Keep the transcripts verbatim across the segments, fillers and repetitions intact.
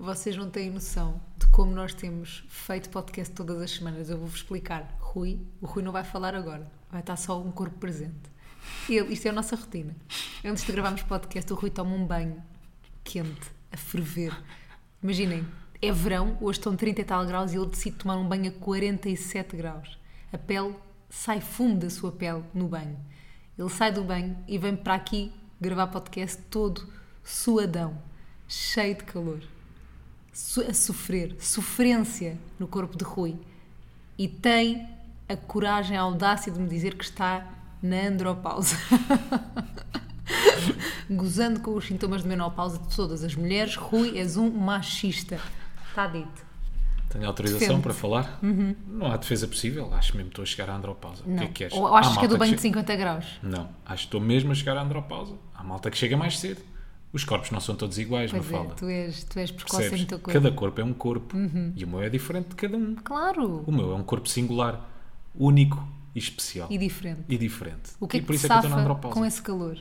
Vocês não têm noção de como nós temos feito podcast todas as semanas. Eu vou-vos explicar. Rui, o Rui não vai falar agora. Vai estar só um corpo presente. Ele, isto é a nossa rotina. Antes de gravarmos podcast, o Rui toma um banho quente, a ferver. Imaginem, é verão, hoje estão trinta e tal graus e ele decide tomar um banho a quarenta e sete graus. A pele sai fumo da sua pele no banho. Ele sai do banho e vem para aqui gravar podcast todo suadão, cheio de calor. A sofrer, sofrência no corpo de Rui. E tem a coragem, a audácia de me dizer que está na andropausa. Gozando com os sintomas de menopausa de todas as mulheres. Rui, és um machista. Está dito. Tenho autorização Defende. para falar? Uhum. Não há defesa possível. Acho mesmo que estou a chegar à andropausa. Não. O que é que queres? Ou achas Há que é do banho che... de cinquenta graus? Não. Acho que estou mesmo a chegar à andropausa. Há malta que chega mais cedo. Os corpos não são todos iguais, pois não é, fala. Tu és, tu és precoce em muita coisa. Cada corpo é um corpo. Uhum. E o meu é diferente de cada um. Claro. O meu é um corpo singular, único e especial. E diferente. E diferente. O que e é que por te isso é que eu estou na safa andropausa. com esse calor?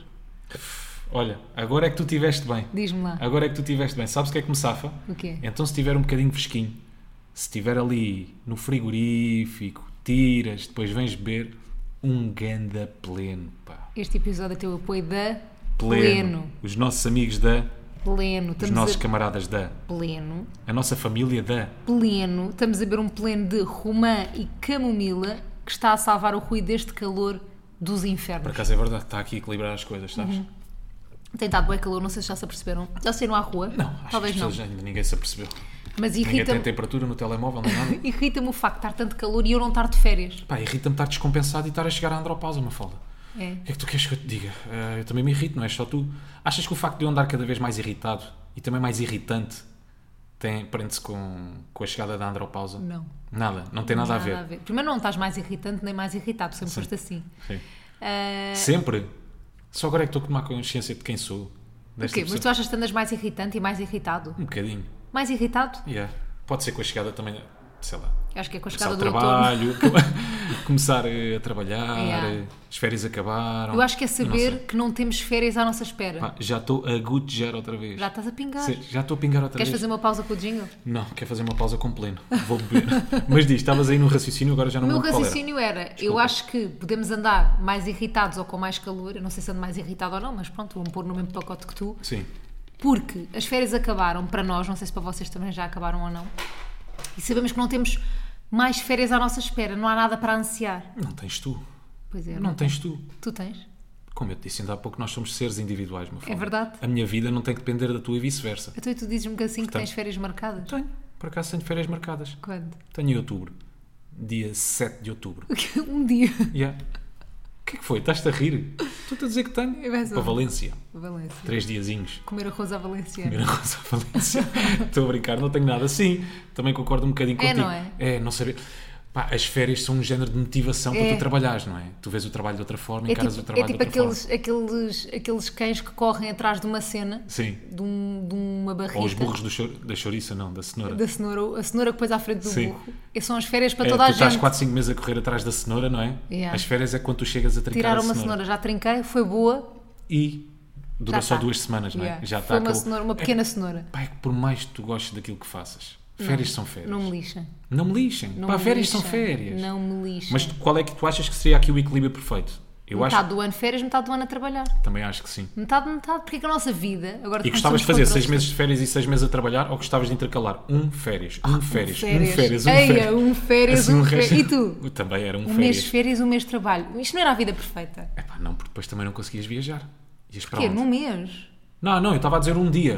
Olha, agora é que tu estiveste bem. Diz-me lá. Agora é que tu estiveste bem. Sabes o que é que me safa? O quê? Então se estiver um bocadinho fresquinho, se estiver ali no frigorífico, tiras, depois vens beber um ganda pleno, pá. Este episódio tem o apoio da Pleno. Pleno. Os nossos amigos da... Pleno. Os Estamos nossos a... camaradas da... Pleno. A nossa família da... Pleno. Estamos a beber um pleno de romã e camomila que está a salvar o Rui deste calor dos infernos. Por acaso é verdade, está aqui a equilibrar as coisas, sabes? Uhum. Tem estado bem calor, não sei se já se aperceberam. Já saíram à rua? Não, acho Talvez que as não. pessoas ainda ninguém se apercebeu. Mas Ninguém tem irrita-me, temperatura no telemóvel, nem nada. irrita-me o facto de estar tanto calor e eu não estar de férias. Pá, irrita-me estar descompensado e estar a chegar à andropausa, Mafalda. É. O que é que tu queres que eu te diga? Uh, eu também me irrito, não és só tu. Achas que o facto de eu andar cada vez mais irritado e também mais irritante tem, prende-se com, com a chegada da andropausa? Não. Nada, não tem nada, nada a, ver. a ver. Primeiro não estás mais irritante nem mais irritado, sempre Sim. foste assim. Sim. Uh... Sempre? Só agora é que estou a tomar consciência de quem sou. O quê? Mas tu achas que andas mais irritante e mais irritado? Um bocadinho. Mais irritado? Yeah. Pode ser com a chegada também, sei lá. Acho que é com a Começar chegada o do trabalho, outono. começar a trabalhar, Yeah. as férias acabaram. Eu acho que é saber Não que não temos férias à nossa espera. Pá, já estou a gotejar outra vez. Já estás a pingar. Se- Já estou a pingar outra Queres vez. fazer uma pausa com o jingle? Não, quero fazer uma pausa com pleno. Vou beber. Mas diz, estavas aí no raciocínio, agora já não O me meu lembro qual era. raciocínio era, eu Desculpa. acho que podemos andar mais irritados ou com mais calor, eu não sei se ando mais irritado ou não, mas pronto, vou-me pôr no mesmo pacote que tu, Sim. porque as férias acabaram para nós, não sei se para vocês também já acabaram ou não, e sabemos que não temos mais férias à nossa espera, não há nada para ansiar. Não tens tu. Pois é, Não tens tu. Tu tens? Como eu te disse ainda há pouco, nós somos seres individuais, meu filho. É verdade. A minha vida não tem que depender da tua e vice-versa. Então e tu dizes-me que assim que Portanto, tens férias marcadas? Tenho. Por acaso tenho férias marcadas. Quando? Tenho em outubro. Dia sete de outubro. Um dia. Yeah. O que é que foi? Estás-te a rir? Estou-te a dizer que tenho. Eu vais Para ouvir. Valência. Valência. Três diazinhos. Comer arroz à valenciana. Primeira coisa a Valência. Estou a brincar, não tenho nada. Sim, também concordo um bocadinho É, contigo. não é? É, não saber. Pá, as férias são um género de motivação É. para tu trabalhares, não é? Tu vês o trabalho de outra forma, É encaras tipo, o trabalho é tipo de outra aqueles, forma. aqueles, aqueles cães que correm atrás de uma cena, Sim. de, um- de uma barrita. Ou os burros do chor- da chouriça, não, da cenoura. Da cenoura, a cenoura que pões à frente do Sim. burro. E são as férias para É, toda tu a estás gente. quatro, cinco meses a correr atrás da cenoura, não é? Yeah. As férias é quando tu chegas a trincar Tiraram a uma cenoura. cenoura, já trinquei, foi boa. E dura Já só tá. duas semanas, não é? Yeah. Já Foi está. uma, acabou. cenoura, uma pequena cenoura. Pá, é que por mais que tu gostes daquilo que faças, férias são férias. Não me lixem. Não me lixem. Não Pá, me férias lixem. são férias. Não me lixem. Mas qual é que tu achas que seria aqui o equilíbrio perfeito? Eu metade acho do ano férias, metade do ano a trabalhar. também acho que sim. Metade, metade. Porque é que a nossa vida... Agora E gostavas de fazer seis meses de férias e seis meses a trabalhar ou gostavas de intercalar um férias, um férias, um férias, um Eia, férias? um férias, Assim, um resto- férias. E tu? Eu também era um, Um férias. mês de férias, um mês de trabalho. Isto não era a vida perfeita. Epá, não, porque depois também não conseguias viajar. Ias para Quê? onde? Num mês? Não, não, eu estava a dizer um dia.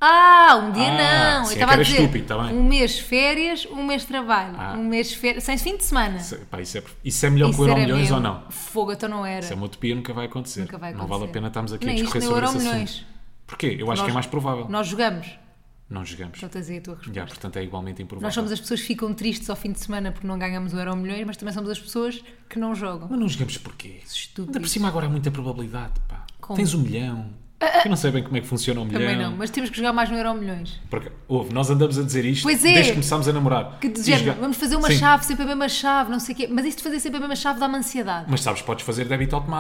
Ah, um dia Ah, não. sim, Eu é estava que a era dizer estúpido, tá bem. um mês de férias, um mês de trabalho. Ah. Um mês de férias, sem fim de semana. Isso, epá, isso, é, isso é melhor Isso que o Euro era Milhões mesmo ou não? Fogo, então não era. Isso é uma utopia, nunca vai acontecer. Nunca vai Não acontecer. vale a pena estarmos aqui Nem a isto, discorrer nem o sobre Euro esse Milhões. assunto. Porquê? Eu acho Nós- que é mais provável. Nós jogamos. Não jogamos. Então tens aí a tua resposta. Já, portanto é igualmente improvável. Nós somos as pessoas que ficam tristes ao fim de semana porque não ganhamos o Euro Milhões, mas também somos as pessoas que não jogam. Mas não jogamos porquê? Estúpidos. Ainda por cima agora há muita probabilidade, pá. Como? Tens um milhão. Eu não sei bem como é que funciona o milhão. Também não, mas temos que jogar mais no Euro Milhões. Porque, ouve, nós andamos a dizer isto Pois é. desde que começámos a namorar. Que de E género, jogar- vamos fazer uma Sim. chave, sempre a mesma chave, não sei o quê. Mas isto de fazer sempre a mesma chave dá-me ansiedade. Mas sabes, podes fazer débito automático.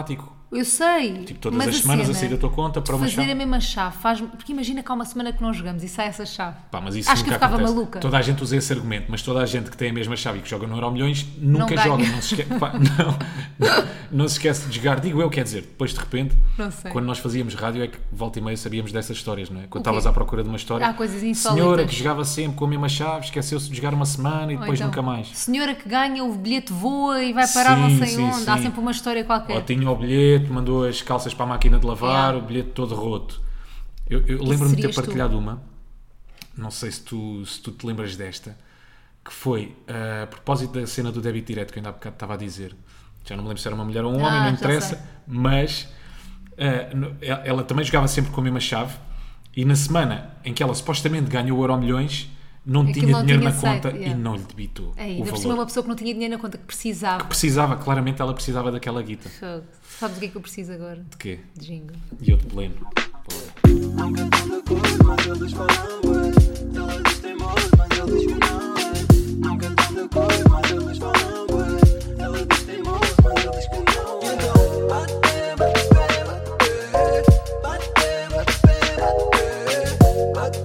Eu sei. Tipo, todas mas as a semanas cena a sair da tua conta para de uma fazer chave. a mesma chave faz. Porque imagina que há uma semana que nós jogamos e sai essa chave. Pá, mas isso Acho que eu nunca ficava acontece. maluca. Toda a gente usa esse argumento, mas toda a gente que tem a mesma chave e que joga no Euromilhões nunca Não joga. ganha. Não se, esque... Pá, não, não, não se esquece de jogar. Digo eu, quer dizer, depois de repente, Não sei. quando nós fazíamos rádio, é que volta e meia sabíamos dessas histórias, não é? Quando O quê? estavas à procura de uma história. Há coisas insólitas. Senhora que jogava sempre com a mesma chave, esqueceu-se de jogar uma semana e Ou depois então, nunca mais. Senhora que ganha, o bilhete voa e vai parar Sim, não sei sim, onde. Há sim. sempre uma história qualquer. Ou tinha o bilhete, mandou as calças para a máquina de lavar, Yeah. o bilhete todo roto. Eu, eu lembro-me de ter serias tu. partilhado uma, não sei se tu, se tu te lembras desta, que foi uh, a propósito da cena do débito direto que eu ainda há bocado estava a dizer. Já não me lembro se era uma mulher ou um Ah, homem, não já interessa, sei. mas uh, no- ela, ela também jogava sempre com a mesma chave e na semana em que ela supostamente ganhou o Euromilhões, não Aquilo tinha não dinheiro tinha na aceito, conta yeah. e não lhe debitou É, o ainda por cima valor. uma pessoa que não tinha dinheiro na conta, que precisava. Precisava, claramente ela precisava daquela guita. Fogo. Sabes o que é que eu preciso agora? De quê? De jingle. E eu de pleno. Não cantam de cor, mas eles falam bué. Ela diz teimoso, mas ele diz que não é. Não cantam de cor, mas eles falam bué. Ela diz teimoso, mas ele diz que não é. Então, bate, bate, bate, bate, bate, bate,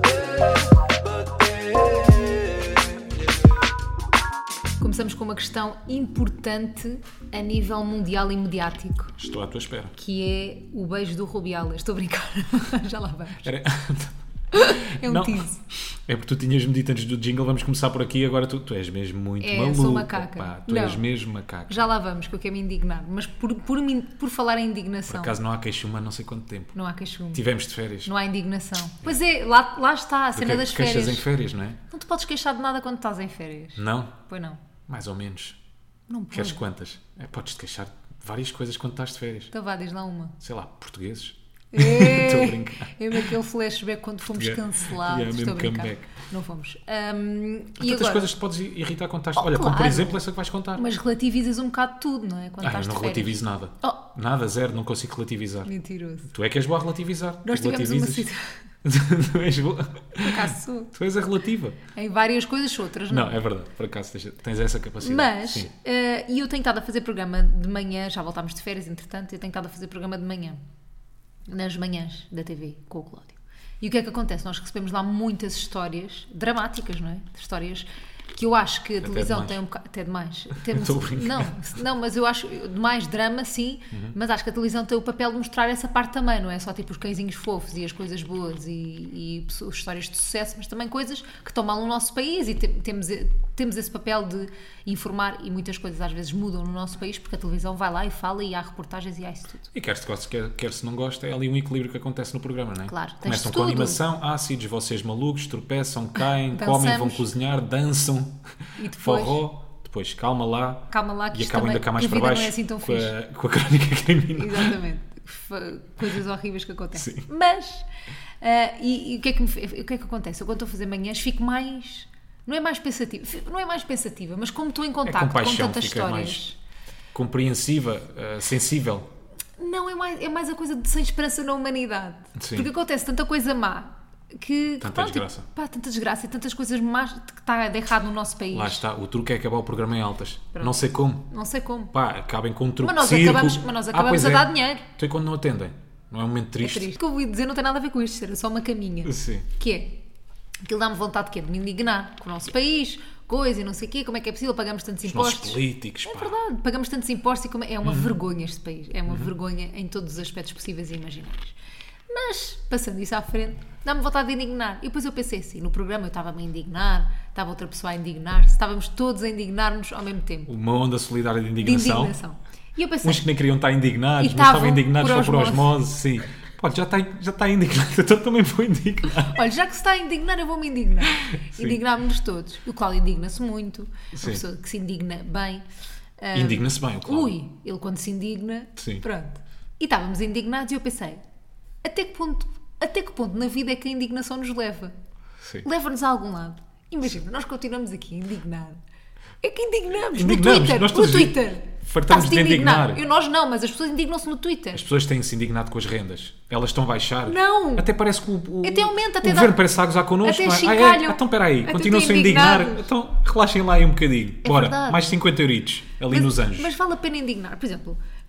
bate. Começamos com uma questão importante a nível mundial e mediático, Estou à tua espera. que é o beijo do Rubiales. Estou a brincar. Já lá vamos. Era... É um Não. tease. É porque tu tinhas-me dito antes do jingle, vamos começar por aqui, agora tu, tu és mesmo muito É, maluco. sou macaca. Pá, tu Não. és mesmo macaca. Já lá vamos, que eu quero me indignar. Mas por, por, mim- por falar em Por indignação, acaso não há queixuma há não sei quanto tempo. não há queixume. Tivemos de férias. Não há indignação. Pois é, lá, lá está a Tu cena que- das queixas férias. em férias, não é? Não te podes queixar de nada quando estás em férias. Não? Pois não. Mais ou menos. Não Queres podes. quantas? É, podes-te queixar de várias coisas quando estás de férias. Então vá, diz lá uma. Sei lá, portugueses. É, Estou a brincar. é naquele flashback quando fomos Yeah. cancelados. Yeah, Estou a mesmo brincar. comeback. Não fomos. Ahm, Há e tantas agora? coisas que te podes irritar quando estás... Oh, Olha, como por claro. exemplo essa que vais contar. Mas relativizas um bocado tudo, não é? Quando Ah, eu estás não de férias. relativizo nada. Oh, Nada, zero, não consigo relativizar. mentiroso. Tu é que és boa a relativizar. Nós Tu tivemos uma relativizas. situação. Tu és boa. Por acaso sou. Tu és a relativa. Em várias coisas, outras não. Não, é verdade, por acaso tens, tens essa capacidade. Mas, Sim. eh, e eu tenho estado a fazer programa de manhã, já voltámos de férias, entretanto, eu tenho estado a fazer programa de manhã, nas manhãs da T V, com o Cláudio. E o que é que acontece? Nós recebemos lá muitas histórias dramáticas, não é? Histórias que eu acho que a televisão demais. tem um bocado. Até demais. Temos- Estou a brincar. não, não, mas eu acho. De mais drama, sim, mas acho que a televisão tem o papel de mostrar essa parte também, não é? Só tipo os cãezinhos fofos e as coisas boas e, e pessoas- histórias de sucesso, mas também coisas que estão mal no nosso país e te- temos, temos esse papel de informar e muitas coisas às vezes mudam no nosso país porque a televisão vai lá e fala e há reportagens e há isso tudo. E quer se goste, quer, quer se não goste, é ali um equilíbrio que acontece no programa, não é? Claro, tens Começam tudo. com animação, ácidos, vocês malucos, tropeçam, caem, Dançamos. comem, vão cozinhar, dançam, E depois- forró, depois calma lá, Calma lá que e isto acabam também, ainda cá mais que a para vida baixo não é assim tão com, fixe. a, com a crónica criminal. Exatamente. F- Coisas horríveis que acontecem. Sim. Mas, ah, e, e o, que é que me, o que é que acontece? Eu quando estou a fazer manhãs fico mais. Não é mais pensativa, fi- não é mais pensativa, mas como estou em É contacto com, compaixão, tantas fica histórias. mais compreensiva, eh, sensível. Não, é mais, é mais a coisa de sem esperança na humanidade. Sim. Porque acontece tanta coisa má que. Tanta que, pá, desgraça. Tipo, pá, tanta desgraça e tantas coisas más que está de errado no nosso país. Lá está, o truque é acabar o programa em altas. Pronto. Não sei como. Não sei como. Pá, acabem com um truque Mas nós de circo. acabamos- mas nós Ah, acabamos pois a é. dar dinheiro. Então e quando não atendem? Não é um momento É triste? triste. O que eu vou dizer não tem nada a ver com isto, era só uma caminha. Sim. Que é, aquilo dá-me vontade de quê? De me indignar com o nosso país, coisa e não sei o quê, como é que é possível, pagamos tantos Os nossos impostos. políticos, É pá. verdade, pagamos tantos impostos e como é, é uma Uhum. vergonha este país, é uma vergonha em todos os aspectos possíveis e imaginários. Mas, passando isso à frente, dá-me vontade de indignar. E depois eu pensei assim, no programa eu estava-me a indignar, estava outra pessoa a indignar-se, estávamos todos a indignar-nos ao mesmo tempo. Uma onda solidária de De indignação. indignação. E eu pensei, Uns que nem queriam estar indignados, E mas estavam estavam indignados por só por osmose. osmose, sim. Pode, já está, já está indignado, então também vou indignar. olha, já que se está a indignar, eu vou-me indignar. Sim. Indignámos-nos todos. E o Cláudio indigna-se muito, uma Sim. pessoa que se indigna bem. Ah, Indigna-se bem, o Cláudio. Ui, ele quando se indigna, Sim. pronto. E estávamos indignados e eu pensei, até que ponto, até que ponto na vida é que a indignação nos leva? Sim. Leva-nos a algum lado. Imagina, nós continuamos aqui a indignar. É que indignamos, Indignamos, no Twitter, nós no todos Twitter. fartamos Está-se de indignar. Eu, nós não, mas as pessoas indignam-se no Twitter. As pessoas têm-se indignado com as rendas. Elas estão a baixar. Não. Até parece que o, o, Até aumenta, até o dá- governo parece a gozar connosco. até não é? chincalham. Ah, é? Então espera aí, Até continuam-se a estão indignar. indignados. Então relaxem lá aí um bocadinho. É Bora, verdade. mais cinquenta euritos ali Mas- nos anjos. Mas vale a pena indignar. Por exemplo,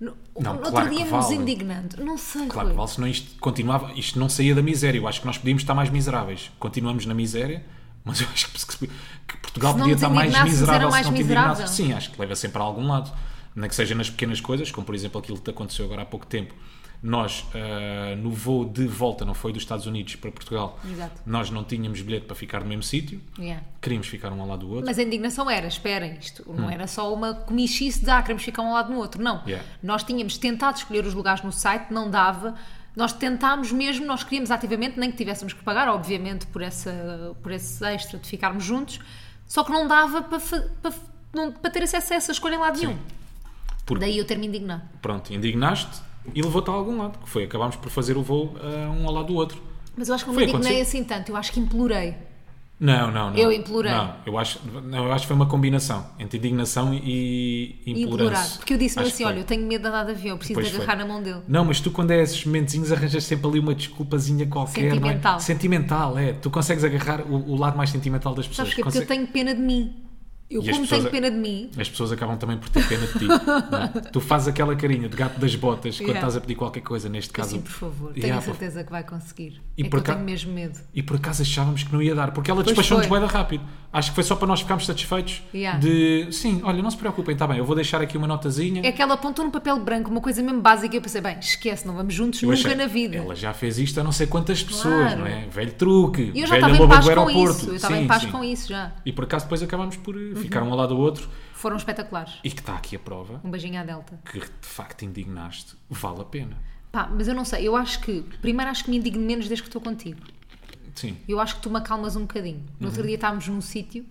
No, Não, no claro outro que dia vale. nos indignando. Não sei, Claro que Rui. vale, senão isto continuava, isto não saía da miséria. Eu acho que nós podíamos estar mais miseráveis. Continuamos na miséria, mas eu acho que, que Portugal Se não podia nos estar mais indignássemos, era miserável mais se não te miserável. indignasse. Sim, acho que leva sempre a algum lado. Nem que seja nas pequenas coisas, como por exemplo aquilo que te aconteceu agora há pouco tempo. Nós, ah, no voo de volta, não foi dos Estados Unidos para Portugal, Exato. nós não tínhamos bilhete para ficar no mesmo sítio, Yeah. queríamos ficar um ao lado do outro. Mas a indignação era, esperem, isto não era só uma comichice de ah, queremos ficar um lado no outro, não. Yeah. Nós tínhamos tentado escolher os lugares no site, não dava. Nós tentámos mesmo, nós queríamos ativamente, nem que tivéssemos que pagar, obviamente, por, essa, por esse extra de ficarmos juntos, só que não dava para, fa- para, não- para ter acesso a essa escolha em lado nenhum. Porque- Daí eu ter-me indignado. Pronto, indignaste e levou-te a algum lado, que foi, acabámos por fazer o voo ah, um ao lado do outro. Mas eu acho que não Foi, me indignei aconteceu. assim tanto, eu acho que implorei. Não, não, não. Eu implorei. Não, eu acho, não, eu acho que foi uma combinação entre indignação e E implorança. implorar. Porque eu disse-me Acho assim: que foi. olha, eu tenho medo de andar de avião, eu preciso Pois de foi. agarrar na mão dele. Não, mas tu quando é esses momentinhos arranjas sempre ali uma desculpazinha qualquer. Sentimental. Não é? Sentimental, é. Tu consegues agarrar o, o lado mais sentimental das pessoas. Sabes porquê? Porque eu Consegue- tenho pena de mim. Eu, E as como pessoas- tenho pena de mim, As pessoas acabam também por ter pena de ti. não é? Tu fazes aquela carinha de gato das botas quando Yeah. estás a pedir qualquer coisa, neste caso. assim, por favor, tenho Yeah, a certeza que vai conseguir. E é que por eu cá- tenho mesmo medo. E por acaso achávamos que não ia dar, porque ela Pois despachou-nos foi. bué da rápido. Acho que foi só para nós ficarmos satisfeitos Yeah. de sim, olha, não se preocupem, está bem, eu vou deixar aqui uma notazinha. É que ela apontou no papel branco uma coisa mesmo básica e eu pensei, bem, esquece, não vamos juntos Eu nunca achei, na vida. Ela já fez isto a não sei quantas pessoas, Claro. não é? Velho truque. E eu já velha estava em loba paz do com aeroporto. isso, eu estava Sim, em paz sim. com isso já. E por acaso depois acabámos por eh, ficar um ao lado do outro. Foram espetaculares. E que está aqui a prova Um beijinho à Delta. que de facto indignaste, vale a pena. Pá, mas eu não sei, eu acho que, primeiro acho que me indigno menos desde que estou contigo. Sim, Eu acho que tu me acalmas um bocadinho. No Uhum. outro dia estávamos num sítio,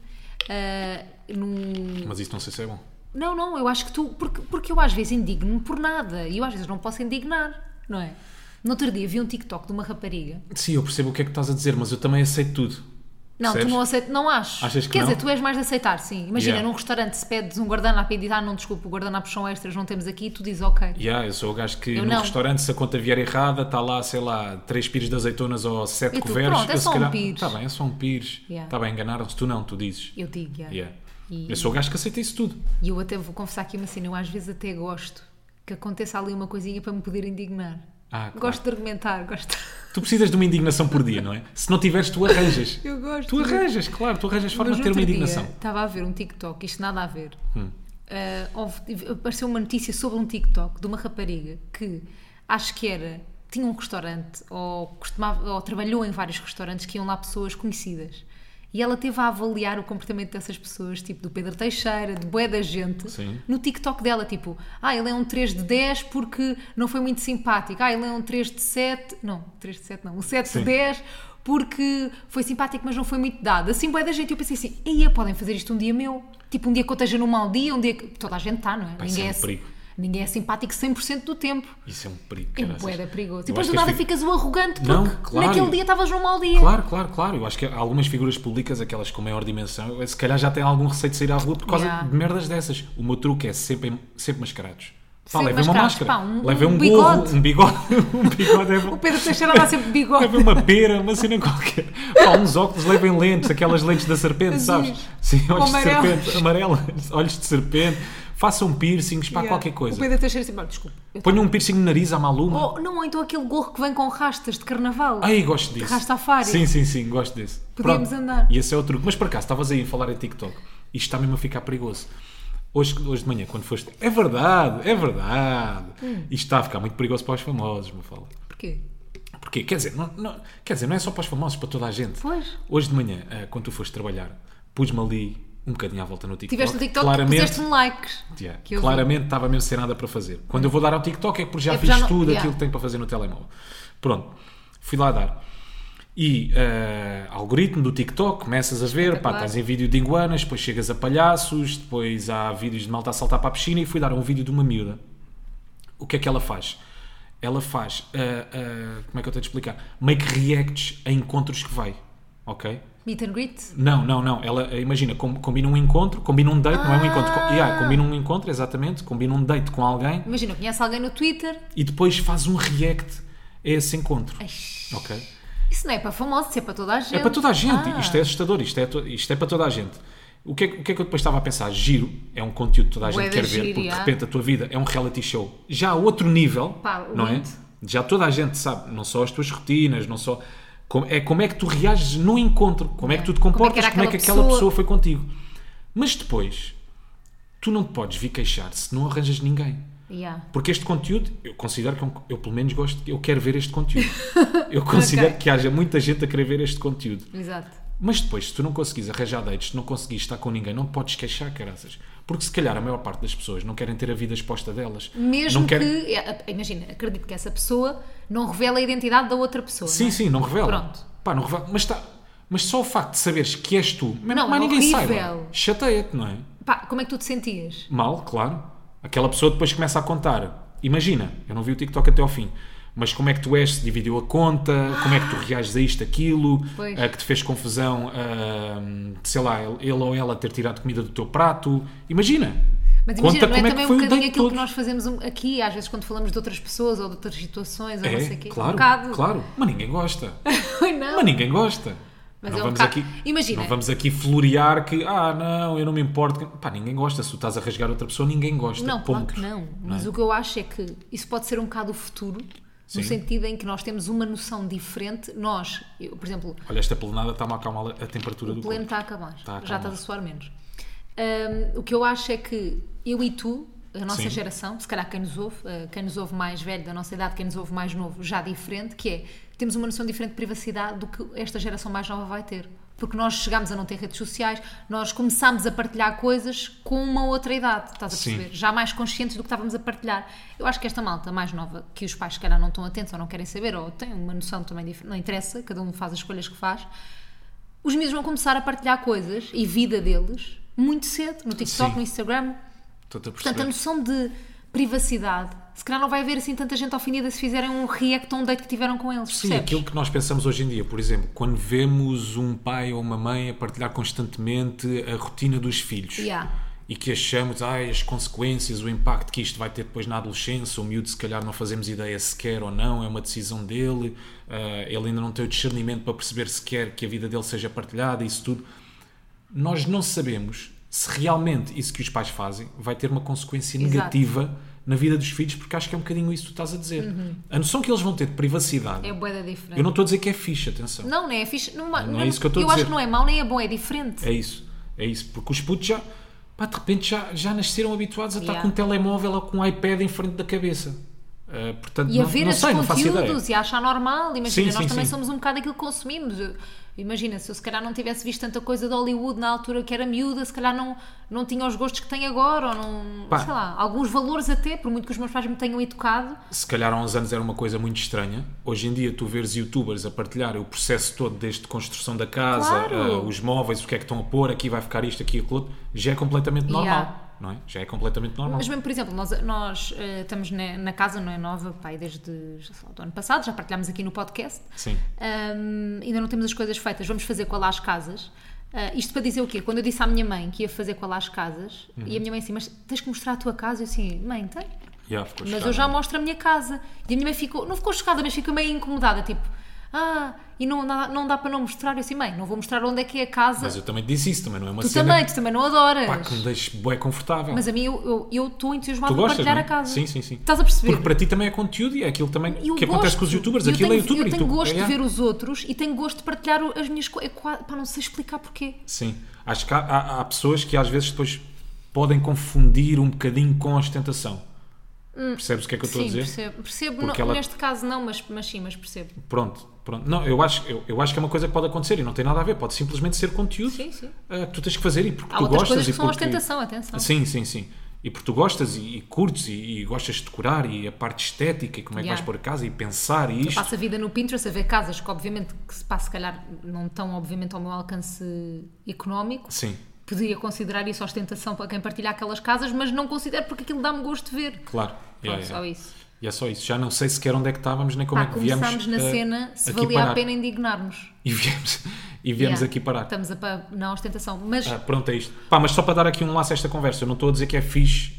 ah, num... mas isso não sei se é bom. Não, não, eu acho que tu. Porque, porque eu às vezes indigno-me por nada e eu às vezes não posso indignar, não é? No outro dia vi um TikTok de uma rapariga. Sim, eu percebo o que é que estás a dizer, mas eu também aceito tudo. Não, Percebes? tu não aceitas, não acho. Achas que Quer não? dizer, tu és mais de aceitar, sim. Imagina, Yeah. num restaurante, se pedes um guardanapo e diz, ah, não, desculpa, o guardanapo são extras, não temos aqui, tu dizes, ok. Yeah, eu sou o gajo que Eu no não. restaurante, se a conta vier errada, está lá, sei lá, três pires de azeitonas ou sete E tu, coveres. pronto, é eu, se só um calhar, pires. Está bem, é só um pires. Está Yeah. bem, enganaram-se. Tu não, tu dizes. Eu digo, yeah. Yeah. E, Eu sou o gajo que aceita isso tudo. e eu até vou confessar aqui uma cena, eu às vezes até gosto que aconteça ali uma coisinha para me poder indignar. Ah, claro. Gosto de argumentar, gosto. Tu precisas de uma indignação por dia, não é? Se não tiveres, tu arranjas. Eu gosto. Tu arranjas, claro, tu arranjas forma Mas de no ter uma outro dia, indignação. estava a ver um TikTok, isto nada a ver. Hum. Ah, houve- apareceu uma notícia sobre um TikTok de uma rapariga que acho que era, tinha um restaurante ou, costumava, ou trabalhou em vários restaurantes que iam lá pessoas conhecidas. E ela teve a avaliar o comportamento dessas pessoas, tipo do Pedro Teixeira, de bué da gente, Sim. no TikTok dela, tipo, ah, ele é um três de dez porque não foi muito simpático, ah, ele é um três de sete, não, três de sete não, um sete Sim. de dez porque foi simpático, mas não foi muito dado. Assim, bué da gente, eu pensei assim, ia, podem fazer isto um dia meu, tipo um dia que eu esteja num mau dia, um dia que toda a gente está, não é? Pá, isso ninguém, é um é, perigo. ninguém é simpático cem por cento do tempo. Isso é um perigo, É caraças. bué da perigoso. E Eu depois acho do que as nada fi- ficas o arrogante porque Não, claro. naquele dia estavas num mau dia. Claro, claro, claro. Eu acho que algumas figuras públicas, aquelas com maior dimensão, se calhar já têm algum receio de sair à rua por causa Yeah. de merdas dessas. O meu truque é sempre, sempre mascarados. Pá, Sempre levem uma mascarados. máscara, Pá, um- levem um um, bigode. gorro, um bigode, um bigode é bom. O Pedro Teixeira dá sempre bigode. Levem uma pera, uma cena qualquer. Pá, uns óculos, levem lentes, aquelas lentes da serpente, Azuis. sabes? Sim, olhos de amarelos. serpente, amarelas, olhos de serpente. Façam piercings, pá, Yeah. qualquer O coisa. Pedro Teixeira assim, "Olha, desculpa. eu Ponham um piercing no nariz à Maluma. Ou, não, ou então aquele gorro que vem com rastas de carnaval. Ai, gosto disso. Rastafari. Sim, sim, sim, gosto desse. Podíamos Pronto. andar. E esse é o truque. Mas por acaso, estavas aí a falar em TikTok. Isto está mesmo a ficar perigoso. Hoje, hoje de manhã, quando foste. É verdade, é verdade. Hum. Isto está a ficar muito perigoso para os famosos, me fala. Porquê? Porquê? Quer dizer, não, não- quer dizer, não é só para os famosos, para toda a gente. Pois. Hoje de manhã, eh, quando tu foste trabalhar, pus-me ali um bocadinho à volta no TikTok. Tiveste o TikTok, claramente, puseste-me likes. Yeah, Que eu vi. claramente estava mesmo sem nada para fazer. Quando eu vou dar ao TikTok é porque já É porque fiz já não- tudo yeah. aquilo que tenho para fazer no telemóvel. Pronto, fui lá dar. E eh, algoritmo do TikTok, começas a ver, pá, Espetacular. estás em vídeo de iguanas, depois chegas a palhaços, depois há vídeos de malta a saltar para a piscina e fui dar um vídeo de uma miúda. O que é que ela faz? Ela faz, eh, eh, como é que eu tenho de explicar? Meio que reacts a encontros que vai, ok? Meet and greet? Não, não, não. Ela, eh, imagina, com- combina um encontro, combina um date, não é um encontro. Ah. Com, yeah, combina um encontro, exatamente, combina um date com alguém Imagina, conhece alguém no Twitter. e depois faz um react a esse encontro, Ai, ok? isso não é para famosos, isso é para toda a gente. É para toda a gente, Ah. isto é assustador, isto é, to- isto é para toda a gente. O que, é, o que é que eu depois estava a pensar? Giro, é um conteúdo que toda a Bué gente de quer ver, giro, porque de já. repente a tua vida é um reality show. Já a outro nível, Pá, não é? lindo. Já toda a gente sabe, não só as tuas rotinas, não só... Como, é como é que tu reages no encontro, como é que tu te Como é que comportas, era como é que aquela aquela pessoa. pessoa foi contigo. Mas depois, tu não te podes vir queixar se não arranjas ninguém. Yeah. Porque este conteúdo, eu considero que é um- eu pelo menos gosto, eu quero ver este conteúdo. Eu considero Ok. que haja muita gente a querer ver este conteúdo. Exato. Mas depois, se tu não conseguis arranjar dates, se não conseguis estar com ninguém, não te podes queixar, caraças. Porque se calhar a maior parte das pessoas não querem ter a vida exposta delas. Mesmo não querem... que, é, imagina, acredito que essa pessoa não revela a identidade da outra pessoa. Sim, não é? sim, não revela. Pronto. Pá, não revela. Mas, tá... Mas só o facto de saberes que és tu, mesmo Não, que mais é ninguém horrível. saiba, chateia-te, não é? Pá, como é que tu te sentias? Mal, claro. Aquela pessoa depois começa a contar. Imagina, eu não vi o TikTok até ao fim, mas como é que tu és, se dividiu a conta, como é que tu reages a isto, aquilo, Pois. ah, que te fez confusão, ah, de, sei lá, ele ou ela ter tirado comida do teu prato. Imagina. Mas Conta imagina, não é como é também que um foi o bocadinho date aquilo que todo. nós fazemos um- aqui, às vezes quando falamos de outras pessoas ou de outras situações ou não sei o quê. É, claro, um bocado. claro. Mas ninguém gosta. não. Mas ninguém gosta. Mas não é um vamos bocado- aqui, Imagina. Não vamos aqui florear que, ah, não, eu não me importo. Pá, ninguém gosta. Se tu estás a rasgar outra pessoa, ninguém gosta. Não, claro Ponto. que não. Mas é? o que eu acho é que isso pode ser um bocado o futuro, Sim. no sentido em que nós temos uma noção diferente. Nós, eu, por exemplo, Olha, esta pelenada está-me a acalmar a temperatura o do pleno corpo. está a acabar. Está a Já acabar. estás a suar menos. Hum, o que eu acho é que eu e tu, a nossa Sim. geração, se calhar quem nos ouve, eh, quem nos ouve mais velho da nossa idade, quem nos ouve mais novo, já diferente, que é, temos uma noção diferente de privacidade do que esta geração mais nova vai ter. Porque nós chegámos a não ter redes sociais, nós começámos a partilhar coisas com uma outra idade, estás a Sim. perceber? Já mais conscientes do que estávamos a partilhar. Eu acho que esta malta mais nova, que os pais se calhar não estão atentos ou não querem saber, ou têm uma noção também diferente, não interessa, cada um faz as escolhas que faz, os miúdos vão começar a partilhar coisas e vida deles muito cedo, no TikTok, Sim. no Instagram. Estou-te a Portanto, a perceber. noção de privacidade, se calhar não vai haver assim tanta gente ofendida se fizerem um react a um date que tiveram com eles, Sim, percebes? aquilo que nós pensamos hoje em dia, por exemplo, quando vemos um pai ou uma mãe a partilhar constantemente a rotina dos filhos Yeah. e que achamos ai, as consequências, o impacto que isto vai ter depois na adolescência, o miúdo se calhar não fazemos ideia se quer ou não, é uma decisão dele, ah, ele ainda não tem o discernimento para perceber se quer que a vida dele seja partilhada, isso tudo. Nós não sabemos se realmente isso que os pais fazem vai ter uma consequência Exato. negativa na vida dos filhos, porque acho que é um bocadinho isso que tu estás a dizer. A noção que eles vão ter de privacidade. É bué da diferente. Eu não estou a dizer que é fixe, atenção. Não, nem é fixe. Não, Não é isso que eu estou a Eu acho dizer. que não é mau nem é bom, é diferente. É isso, é isso. Porque os putos já, pá, de repente já, já nasceram habituados a estar Yeah. com um telemóvel ou com um iPad em frente da cabeça. Uh, portanto, E a não, ver não esses sei, não faço ideia. conteúdos e a achar normal. Imagina, Sim, nós sim, também sim. somos um bocado aquilo que consumimos. Eu- Imagina, se eu se calhar não tivesse visto tanta coisa de Hollywood na altura que era miúda, se calhar não, não tinha os gostos que tem agora, ou não, Pá. sei lá, alguns valores até, por muito que os meus pais me tenham educado. Se calhar há uns anos era uma coisa muito estranha. Hoje em dia tu veres youtubers a partilhar o processo todo desde construção da casa, Claro. uh, os móveis, o que é que estão a pôr, aqui vai ficar isto, aqui aquilo outro, já é completamente normal. Yeah. Não é? Já é completamente normal. Mas mesmo, por exemplo, nós, nós eh, estamos na, na casa, não é nova, pai, desde sei lá, do ano passado, já partilhámos aqui no podcast. Sim. Ahm, ainda não temos as coisas feitas, vamos fazer com a Las Casas. Ah, isto para dizer o quê? Quando eu disse à minha mãe que ia fazer com a Las Casas, Uhum. e a minha mãe assim, mas tens que mostrar a tua casa? Eu assim, mãe, tem. Yeah, ficou Mas chocada, eu já não é? mostro a minha casa. E a minha mãe ficou, não ficou chocada, mas ficou meio incomodada, tipo, ah, e não, dá- não dá para não mostrar? Eu assim, mãe, não vou mostrar onde é que é a casa. Mas eu também te disse isso, também não é uma Tu cena também, tu também não adoras. pá, que me deixe bué confortável. Mas a mim, eu eu estou entusiasmada Tu por gostas, partilhar não é? a casa. Sim, sim, sim. Estás a perceber? Porque para ti também é conteúdo e é aquilo também Eu que acontece gosto. com os youtubers. Eu Aquilo tenho, é youtuber Eu e tenho tu... gosto é, de ver os outros e tenho gosto de partilhar as minhas coisas. Pá, não sei explicar porquê. Sim. Acho que há, há- há pessoas que às vezes depois podem confundir um bocadinho com a ostentação. Percebes o que é que eu estou a Sim, dizer? percebo. percebo Porque não- ela- Neste caso não, mas, mas sim, mas percebo. Pronto, pronto. Não, eu acho, eu, eu acho que é uma coisa que pode acontecer e não tem nada a ver. Pode simplesmente ser conteúdo Sim, sim. ah, que tu tens que fazer e porque Há tu outras gostas coisas e que são porque... ostentação, atenção. Sim, sim, sim. E porque tu gostas e, e curtes e, e gostas de decorar e a parte estética e como é que Yeah. vais pôr a casa e pensar e Eu isto. passo a vida no Pinterest a ver casas que obviamente, que se passa se calhar não estão obviamente ao meu alcance económico. Sim, Podia considerar isso ostentação para quem partilha aquelas casas, mas não considero porque aquilo dá-me gosto de ver. claro. Pronto, Yeah, só yeah. isso. E é só isso. Já não sei sequer onde é que estávamos nem como Pá, é que viemos. começámos na ah, cena se aqui valia a parar. pena indignar-nos. E viemos, e viemos Yeah. aqui parar. Estamos a, pa- na ostentação. Mas Ah, pronto, é isto. Pá, mas só para dar aqui um laço a esta conversa, eu não estou a dizer que é fixe,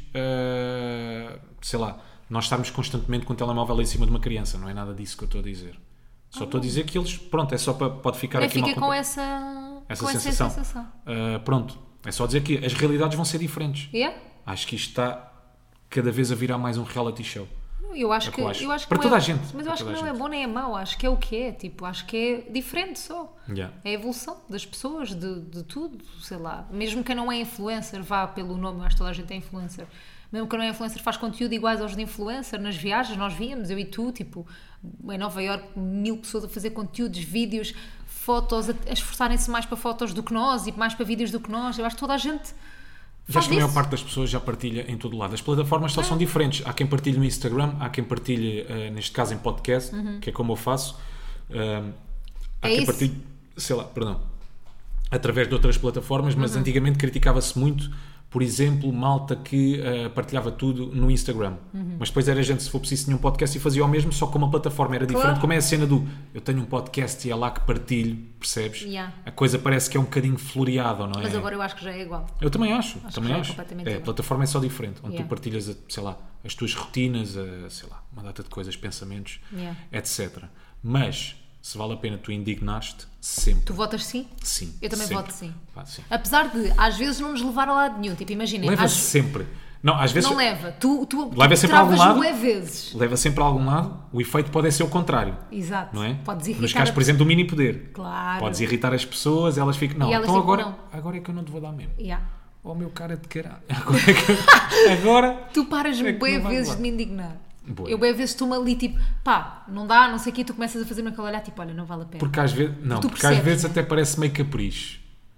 ah, sei lá, nós estarmos constantemente com o telemóvel em cima de uma criança, não é nada disso que eu estou a dizer. Só estou a dizer que eles, pronto, é só para, pode ficar eu aqui uma fiquei com conta- essa, essa com sensação. essa sensação. Ah, pronto, É só dizer que as realidades vão ser diferentes. Yeah? Acho que isto está cada vez a virar mais um reality show. Eu acho É que, que eu acho. eu acho que Para não toda é, a gente, Mas para eu acho que toda a não é gente. bom nem é mau, acho que é o que é. Tipo, acho que é diferente só. Yeah. É a evolução das pessoas, de, de tudo, sei lá. Mesmo quem não é influencer, vá pelo nome, eu acho que toda a gente é influencer. Mesmo quem não é influencer faz conteúdo iguais aos de influencer nas viagens, nós víamos, eu e tu, tipo, em Nova Iorque, mil pessoas a fazer conteúdos, vídeos, fotos, a, a esforçarem-se mais para fotos do que nós e mais para vídeos do que nós. Eu acho que toda a gente Já faz acho que a maior isso. parte das pessoas já partilha em todo lado. As plataformas só são diferentes. Há quem partilhe no Instagram, há quem partilhe, eh, neste caso, em podcast, que é como eu faço. Um, há É quem isso. partilhe, sei lá, perdão, através de outras plataformas, mas antigamente criticava-se muito, por exemplo, malta que eh, partilhava tudo no Instagram. Mas depois era gente, se for preciso, tinha um podcast e fazia o mesmo, só que uma plataforma era diferente. Claro. Como é a cena do eu tenho um podcast e é lá que partilho, percebes? Yeah. A coisa parece que é um bocadinho floreada, não é? Mas agora eu acho que já é igual. Eu também acho, Acho também que já é acho. completamente É, a igual. plataforma é só diferente, onde Yeah. tu partilhas, a- sei lá, as tuas rotinas, a, sei lá, uma data de coisas, pensamentos, Yeah. etcétera. Mas, se vale a pena tu indignar-te, sempre. Tu votas sim? Sim. Eu também sempre. voto sim. Pá, sim. Apesar de, às vezes, não nos levar a lado nenhum. Tipo, imaginem, Leva às- sempre. Não, às vezes não leva. Tu, tu, Leva tu sempre a algum travas lado. bué vezes. leva sempre a algum lado, o efeito pode ser o contrário, Exato. não é? Podes irritar. Nos casos, a- por exemplo, do mini poder. Claro. Podes irritar as pessoas, elas ficam, não, E elas então ficam, agora, não. agora é que eu não te vou dar mesmo. Yeah. Oh, meu cara de caralho. Agora é que agora Tu paras-me É que bué não vai vezes levar. de me indignar. Bué. Eu bué vezes estou-me ali, tipo, pá, não dá, não sei o quê, tu começas a fazer-me aquele olhar, tipo, olha, não vale a pena. Porque às vezes, não, Tu porque às percebes, vezes né? até parece meio capricho.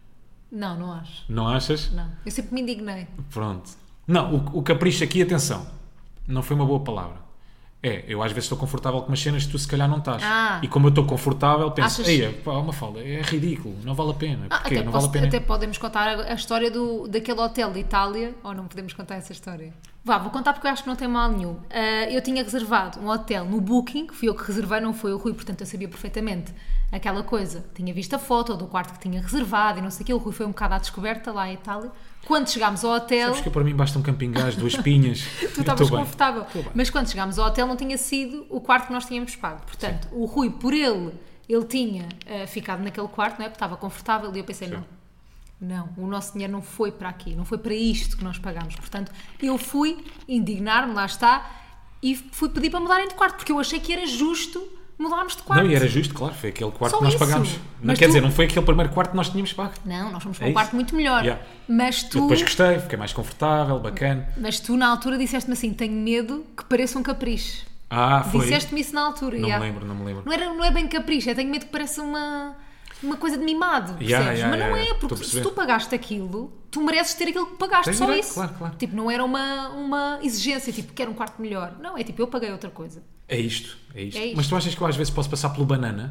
Não, não acho. Não achas? Não. Eu sempre me indignei. Pronto. Não, o, o capricho aqui, atenção, não foi uma boa palavra. É, eu às vezes estou confortável com umas cenas que tu se calhar não estás. Ah. E como eu estou confortável, penso, Achas- ei, pá, uma falda, é ridículo, não vale a pena. Ah, Porquê? até, Não posso- vale a pena. até podemos contar a, a história do, daquele hotel de Itália, ou não podemos contar essa história? Vá, vou contar porque eu acho que não tem mal nenhum. Ah, eu tinha reservado um hotel no Booking, fui eu que reservei, não foi o Rui, portanto eu sabia perfeitamente aquela coisa. Tinha visto a foto do quarto que tinha reservado e não sei o quê. O Rui foi um bocado à descoberta lá em Itália. Quando chegámos ao hotel, Sabes que para mim basta um camping gás, duas pinhas. tu estavas bem. confortável. Estou bem. Mas quando chegámos ao hotel não tinha sido o quarto que nós tínhamos pago. Portanto, o Rui, por ele, ele tinha ah, ficado naquele quarto, não é? Porque estava confortável e eu pensei, Sim. não. Não, o nosso dinheiro não foi para aqui, não foi para isto que nós pagámos. Portanto, eu fui indignar-me, lá está, e fui pedir para mudarem de quarto, porque eu achei que era justo mudarmos de quarto. Não, e era justo, claro, foi aquele quarto Só que nós isso. pagámos. Não, Mas quer tu- dizer, não foi aquele primeiro quarto que nós tínhamos pago. Não, nós fomos para É um isso. quarto muito melhor. Yeah. Mas Eu tu, depois gostei, fiquei mais confortável, bacana. mas tu, na altura, disseste-me assim: tenho medo que pareça um capricho. Ah, foi. Disseste-me isso na altura. Não yeah. me lembro, não me lembro. Não, era, não é bem capricho, é tenho medo que pareça uma, uma coisa de mimado, percebes? Yeah, yeah, Mas não yeah, é, yeah. porque Estou a se perceber. tu pagaste aquilo, tu mereces ter aquilo que pagaste, Tens só direito, isso. claro, claro. Tipo, não era uma, uma exigência, tipo, quero um quarto melhor. Não, é tipo, eu paguei outra coisa. É isto, é isto. É isto. Mas tu achas que eu às vezes posso passar pelo banana?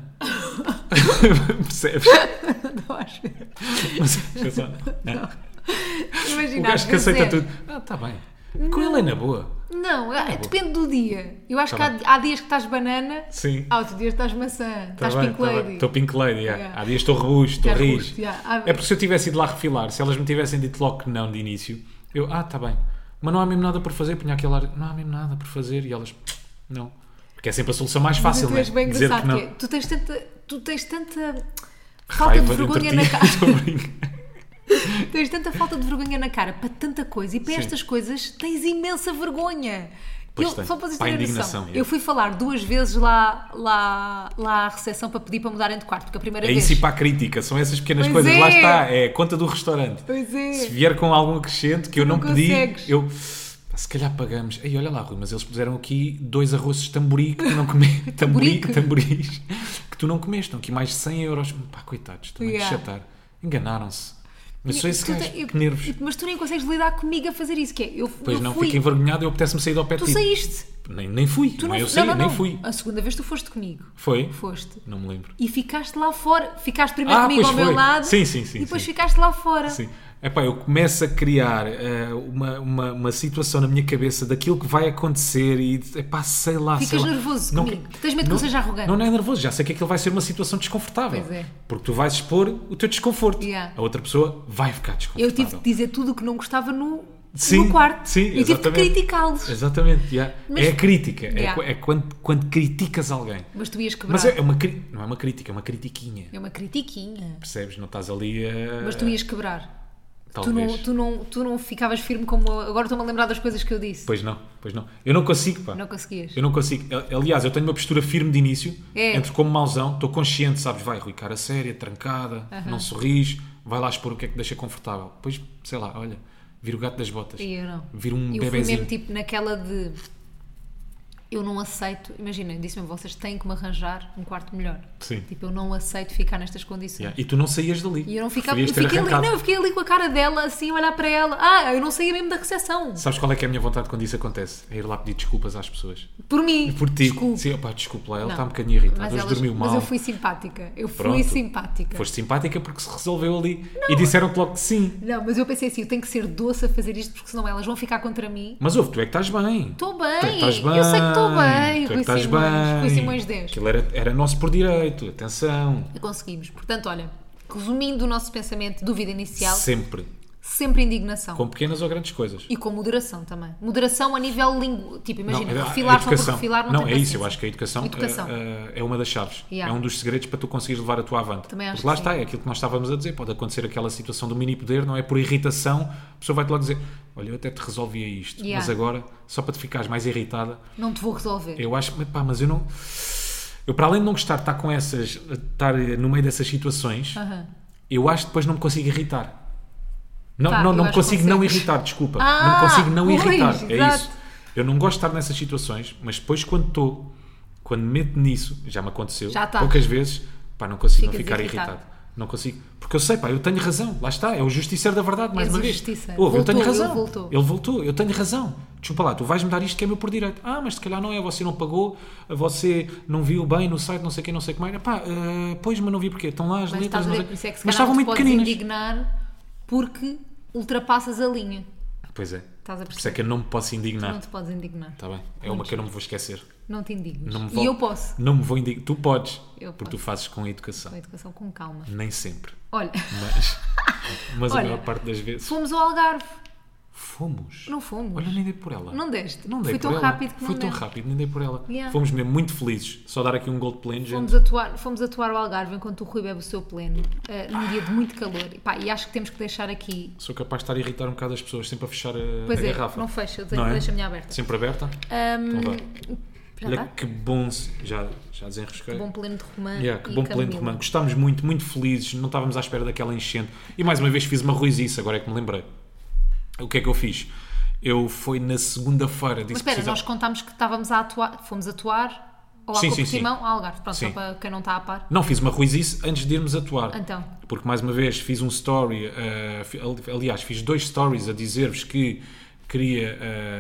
Percebes? Não acho. Mas, deixa só- Imagina, o gajo às que vezes aceita é- tudo. Ah, está bem. Com ele é na boa. Não, é- boa. depende do dia. Eu acho Tá que há, há dias que estás banana, Sim. há outros dias que estás maçã, Tá estás bem, pink tá bem. lady. Estou pink lady, yeah. Yeah. Há dias estou robusto, estou Estás rijo. robusto, yeah. Há- É porque se eu tivesse ido lá refilar, se elas me tivessem dito logo que não de início, eu, ah, está bem. Mas não há mesmo nada por fazer, punha aquele ar, não há mesmo nada por fazer. E elas, não. Porque é sempre a solução mais Mas fácil, tu não é? és bem Dizer que engraçado, não. que é, tu tens tanta, tu tens tanta falta Raiva de dentro vergonha ti. na cara. Estou a brincar. Tens tanta falta de vergonha na cara para tanta coisa e para Sim. estas coisas tens imensa vergonha. Pois Eu, tem. só para vocês Para a terem indignação, noção, é. eu fui falar duas vezes lá, lá, lá à recepção para pedir para mudarem de quarto, porque a primeira É vez. isso e para a crítica, são essas pequenas Pois coisas. é. Lá está, é a conta do restaurante. Pois é. Se vier com algum acrescento que eu não, não pedi, consegues. eu pá, se calhar pagamos. Ei, olha lá, Rui, mas eles puseram aqui dois arrozes tambori que tu não comeste. tambori, Tamborique. tamboris que tu não comeste. Estão aqui mais de cem euros. Pá, coitados, estão a Yeah. chatar. Enganaram-se. Mas sou E esse tu gajo, te- eu- que nervos. e- Mas tu nem consegues lidar comigo a fazer isso, que é, eu, Pois eu não, fui, fico envergonhado e eu apetece-me sair ao pé de tu ti. saíste. Nem, nem fui, Tu não, é? não, eu saí, não, não, nem não. fui. A segunda vez tu foste comigo. Foi? Foste. Não me lembro. E ficaste lá fora. Ficaste primeiro Ah, comigo pois ao meu foi. lado. Sim, sim, sim, E depois sim. ficaste lá fora. Sim. Epá, eu começo a criar eh, uma, uma, uma situação na minha cabeça daquilo que vai acontecer e epá, sei lá. Ficas sei lá. nervoso Não comigo. que- Tens medo que eu seja arrogante. Não, não é nervoso, já sei que aquilo vai ser uma situação desconfortável. Pois é. Porque tu vais expor o teu desconforto. Yeah. A outra pessoa vai ficar Eu desconfortável. tive de dizer tudo o que não gostava no, Sim, no quarto. sim, e tive de exatamente. criticá-los. Exatamente, yeah. Mas- é a crítica. É, Yeah. qu- é quando, quando criticas alguém. Mas tu ias quebrar. Mas é, é uma, cri- não é uma crítica, é uma critiquinha. É uma critiquinha. Percebes? Não estás ali a. Mas tu ias quebrar. Tu não, Talvez. tu, não, tu não ficavas firme como. Agora estou-me a lembrar das coisas que eu disse. Pois não, pois não. Eu não consigo, pá. Não conseguias. Eu não consigo. Aliás, eu tenho uma postura firme de início. É. Entre como mauzão, estou consciente, sabes? Vai, Rui, cara séria, trancada, não sorris, vai lá expor o que é que te deixa confortável. Depois, sei lá, olha, vira o gato das botas. E eu não. Vira um eu fui bebezinho. mesmo tipo naquela de. Eu não aceito. Imaginem, disse-me, vocês têm que me arranjar um quarto melhor. Sim. Tipo, eu não aceito ficar nestas condições. Yeah. E tu não saías dali. E eu não ficava. Eu Preferias ter fiquei, ali, arrancado. não, eu fiquei ali com a cara dela, assim, a olhar para ela. Ah, eu não saía mesmo da recepção. Sabes qual é que é a minha vontade quando isso acontece? É ir lá pedir desculpas às pessoas. Por mim. Por ti. Desculpe. Sim, opá, desculpa lá, ela Não. está um bocadinho irritada. Mas, Hoje elas- dormiu mal. mas eu fui simpática. Eu fui Pronto. simpática. Foste simpática porque se resolveu ali. E disseram-te logo que sim. Não, mas eu pensei assim, eu tenho que ser doce a fazer isto porque senão elas vão ficar contra mim. Mas ouve, tu é que estás bem. Estou bem. Tu é que estás bem. Eu sei que estou bem. Tu é que Rui estás Simões. bem. Rui Simões dez. Aquilo era, era nosso por direito. Atenção. E conseguimos. Portanto, olha, resumindo o nosso pensamento, dúvida inicial, Sempre. sempre indignação. Com pequenas ou grandes coisas. E com moderação também. Moderação a nível lingu... Tipo, imagina, Não, a- a refilar só por educação. refilar não, Não, tem é isso. paciência. Eu acho que a educação, Educação. eh, eh, é uma das chaves. Yeah. É um dos segredos para tu conseguires levar a tua avante. Também acho Porque lá que está, sim. é aquilo que nós estávamos a dizer. Pode acontecer aquela situação do mini poder, não é? Por irritação, a pessoa vai-te logo dizer: olha, eu até te resolvia isto, Yeah. mas agora, só para te ficares mais irritada, Não te vou resolver. eu acho que, pá, mas eu não. Eu, para além de não gostar de estar com essas, de estar no meio dessas situações, Aham. eu acho que depois não me consigo irritar. Não, Pá, não, eu não me acho que consigo não consegues. irritar, desculpa. Ah, não me consigo não pois, irritar. É exato. isso. Eu não gosto de estar nessas situações, mas depois quando estou, quando me meto nisso, já me aconteceu, Já tá. poucas vezes, pá, não consigo não Ficas ficar irritado. irritado. Não consigo. Porque eu sei, pá, eu tenho razão. Lá está, é o justiceiro da verdade, mais És uma o vez. justiceiro. Ouve, eu tenho Voltou, razão. ele voltou. Ele voltou, eu tenho razão. Desculpa lá, tu vais-me dar isto que é meu por direito. Ah, mas se calhar não é, você não pagou, você não viu bem no site, não sei quem, não sei o que mais. Pá, eh, pois, mas não vi porquê. Estão lá as Mas letras, estás a não ver, sei- por isso é que se mas calhar estavam não te muito podes pequeninas. indignar porque ultrapassas a linha. Pois é. Estás a Por isso é perceber? que eu não me posso indignar. Não te podes indignar. Está bem? É uma que eu não me vou esquecer. Não te indignes. Não me E vou- eu posso. Não me vou indignar. Tu podes. Eu porque posso. tu fazes com a educação. Com a educação com calma. Nem sempre. Olha, Mas, mas a Olha, maior parte das vezes. fomos ao Algarve. Fomos. Não fomos. Olha, nem dei por ela. Não deste. Não dei Foi por tão ela. rápido que Foi não tão deste. rápido, nem dei por ela. Yeah. Fomos mesmo muito felizes. Só dar aqui um gold plane, gente. Fomos atuar, fomos atuar ao Algarve enquanto o Rui bebe o seu pleno, eh, num dia de muito calor. E, pá, e acho que temos que deixar aqui. Sou capaz de estar a irritar um bocado as pessoas, sempre a fechar a, Pois a é, garrafa. não fecha, eu tenho- Não é? deixa a minha aberta. Sempre aberta? Ahm, Então vá. já Olha está? que bom. se- Já, já desenrosquei. Bom pleno de romã. Yeah, que e bom pleno de camomila. romã. Gostámos muito, muito felizes. Não estávamos à espera daquela enchente. E mais uma vez fiz uma ruizice, agora é que me lembrei. O que é que eu fiz? Eu fui na segunda-feira. Mas Disse espera, precisa- nós contámos que estávamos a atuar, fomos atuar ao Sim, Aqua sim, sim. Portimão, ao Algarve. Pronto, Sim. só para quem não está a par. Não, fiz uma ruizice antes de irmos atuar. Então. Porque, mais uma vez, fiz um story, eh, fi- aliás, fiz dois stories a dizer-vos que queria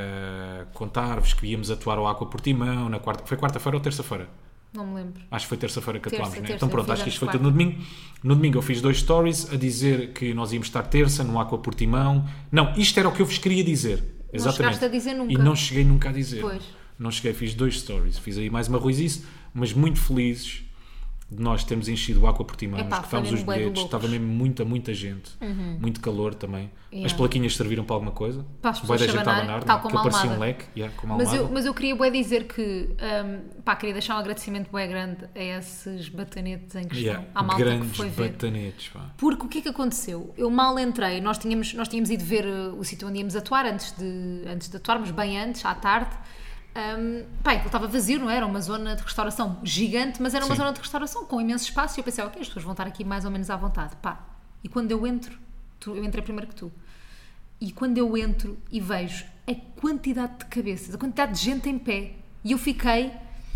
eh, contar-vos que íamos atuar ao Aqua Portimão na quarta... Foi quarta-feira ou terça-feira? Não me lembro. Acho que foi terça-feira que Terça, atuámos, né? terça, Então pronto, acho que isto foi fizemos tudo no domingo. No domingo eu fiz dois stories a dizer que nós íamos estar terça no Aqua Portimão. Não, isto era o que eu vos queria dizer. Não Exatamente. chegaste a dizer nunca. E não cheguei nunca a dizer. Pois. Não cheguei, fiz dois stories. Fiz aí mais uma ruizice, mas muito felizes de nós termos enchido o Aqua Portimão. Epá, Esgotámos foi os mesmo bué de bilhetes, loucos. estava mesmo muita, muita gente. Muito calor também. Yeah. As plaquinhas serviram para alguma coisa. Para as Bué pessoas da gente a chabanarem, abanar, tal né? como Que a aparecia um Almada. leque. Yeah, como a Mas eu, Almada. mas eu queria bué dizer que, hum, pá, queria deixar um agradecimento bué grande a esses batanetes em questão. Yeah, À malta grandes que foi ver. batanetes. Pá. Porque o que é que aconteceu? Eu mal entrei, nós tínhamos, nós tínhamos ido ver uh, o sítio onde íamos atuar antes de, antes de atuarmos, bem antes, à tarde. Um, pá, aquilo estava vazio, não era? Uma zona de restauração gigante, mas era uma Sim. zona de restauração com imenso espaço. E eu pensei, ok, as pessoas vão estar aqui mais ou menos à vontade. Pá, e quando eu entro, tu, eu entrei primeiro que tu, e quando eu entro e vejo a quantidade de cabeças, a quantidade de gente em pé, e eu fiquei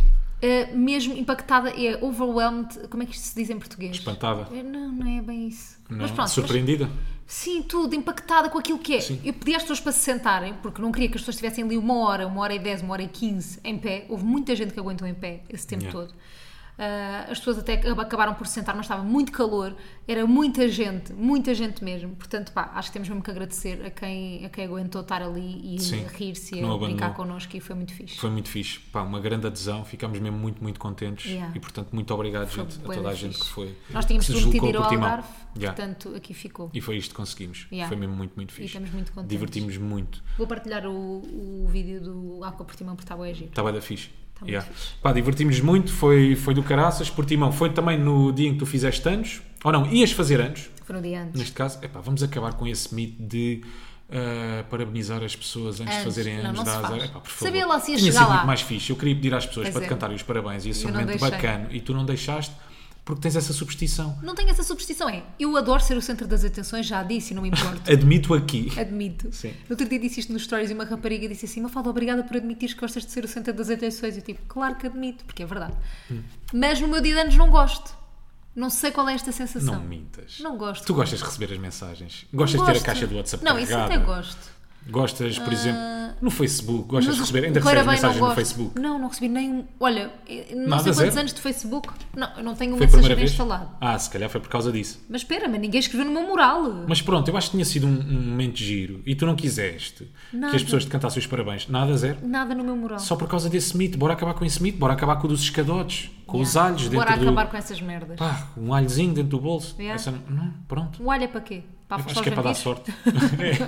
uh, mesmo impactada, é overwhelmed, como é que isto se diz em português? Espantada. É, Não, não é bem isso. Não, Mas pronto, surpreendida? mas- sim, tudo, impactada com aquilo que é. Sim. Eu pedi às pessoas para se sentarem, porque não queria que as pessoas estivessem ali uma hora, uma hora e dez, uma hora e quinze em pé. Houve muita gente que aguentou em pé esse tempo Yeah. todo. Ah, as pessoas até acabaram por se sentar, mas estava muito calor, era muita gente, muita gente mesmo. Portanto, pá, acho que temos mesmo que agradecer a quem, a quem aguentou estar ali e Sim, a rir-se e não a abandonou. brincar connosco, e foi muito fixe. Foi muito fixe. Pá, uma grande adesão. Ficámos mesmo muito, muito contentes. Yeah. E, portanto, muito obrigado, Foi gente, a bué toda a da gente fixe. que foi. Nós tínhamos que se prometido deslocou ir ao a Portimão. Algarve, Yeah. portanto aqui ficou. E foi isto que conseguimos. Yeah. Foi mesmo muito, muito E fixe. estamos muito contentes. Divertimos muito. Vou partilhar o, o vídeo do Aqua Portimão porque está bem a giro. Está bem da fixe. Está muito Yeah. fixe. Pá, divertimos-nos muito, foi, foi do caraças, por timão. Foi também no dia em que tu fizeste anos, ou não, ias fazer anos, Foi no dia antes. neste caso. Epá, vamos acabar com esse mito de ah, parabenizar as pessoas antes de Antes. fazerem Não, anos. não se dar azar. faz. Epá, por favor. Sabia lá se ia Tinha chegar sido lá. muito mais fixe. Eu queria pedir às pessoas Pois para é. te cantarem os parabéns e esse Eu é um não momento deixei. bacana e tu não deixaste porque tens essa superstição. Não tenho essa superstição, é. Eu adoro ser o centro das atenções, já disse e não me importo. Admito aqui. Admito. Sim. No outro dia disse isto nos stories e uma rapariga disse assim: Mafalda, obrigada por admitir que gostas de ser o centro das atenções. Eu tipo, claro que admito, porque é verdade. Hum. Mas no meu dia de anos não gosto. Não sei qual é esta sensação. Não mintas. Não gosto. Tu gostas de receber as mensagens. Gostas de ter a Gosto. caixa do WhatsApp Não, isso carregada. até gosto. Gostas, por exemplo, no Facebook. Gostas de Mas receber. o Ainda recebes parabéns não mensagens no gosto. Facebook. Não, não recebi nenhum. Olha, eu não Nada, sei quantos zero? anos de Facebook. Não, eu não tenho um Foi a primeira mensageiro vez? instalado. Ah, se calhar foi por causa disso. Mas espera, mas ninguém escreveu no meu mural. Mas pronto, eu acho que tinha sido um, um momento giro e tu não quiseste Nada. que as pessoas te cantassem os parabéns. Nada, zero. Nada no meu mural. Só por causa desse mito. Bora acabar com esse mito. Bora acabar com o dos escadotes. Com os Yeah. alhos dentro Bora do... acabar com essas merdas. Pá, um alhozinho dentro do bolso. Yeah. Essa não... não, pronto. O alho é para quê? Para Eu afastar acho que é os para dar vampiros?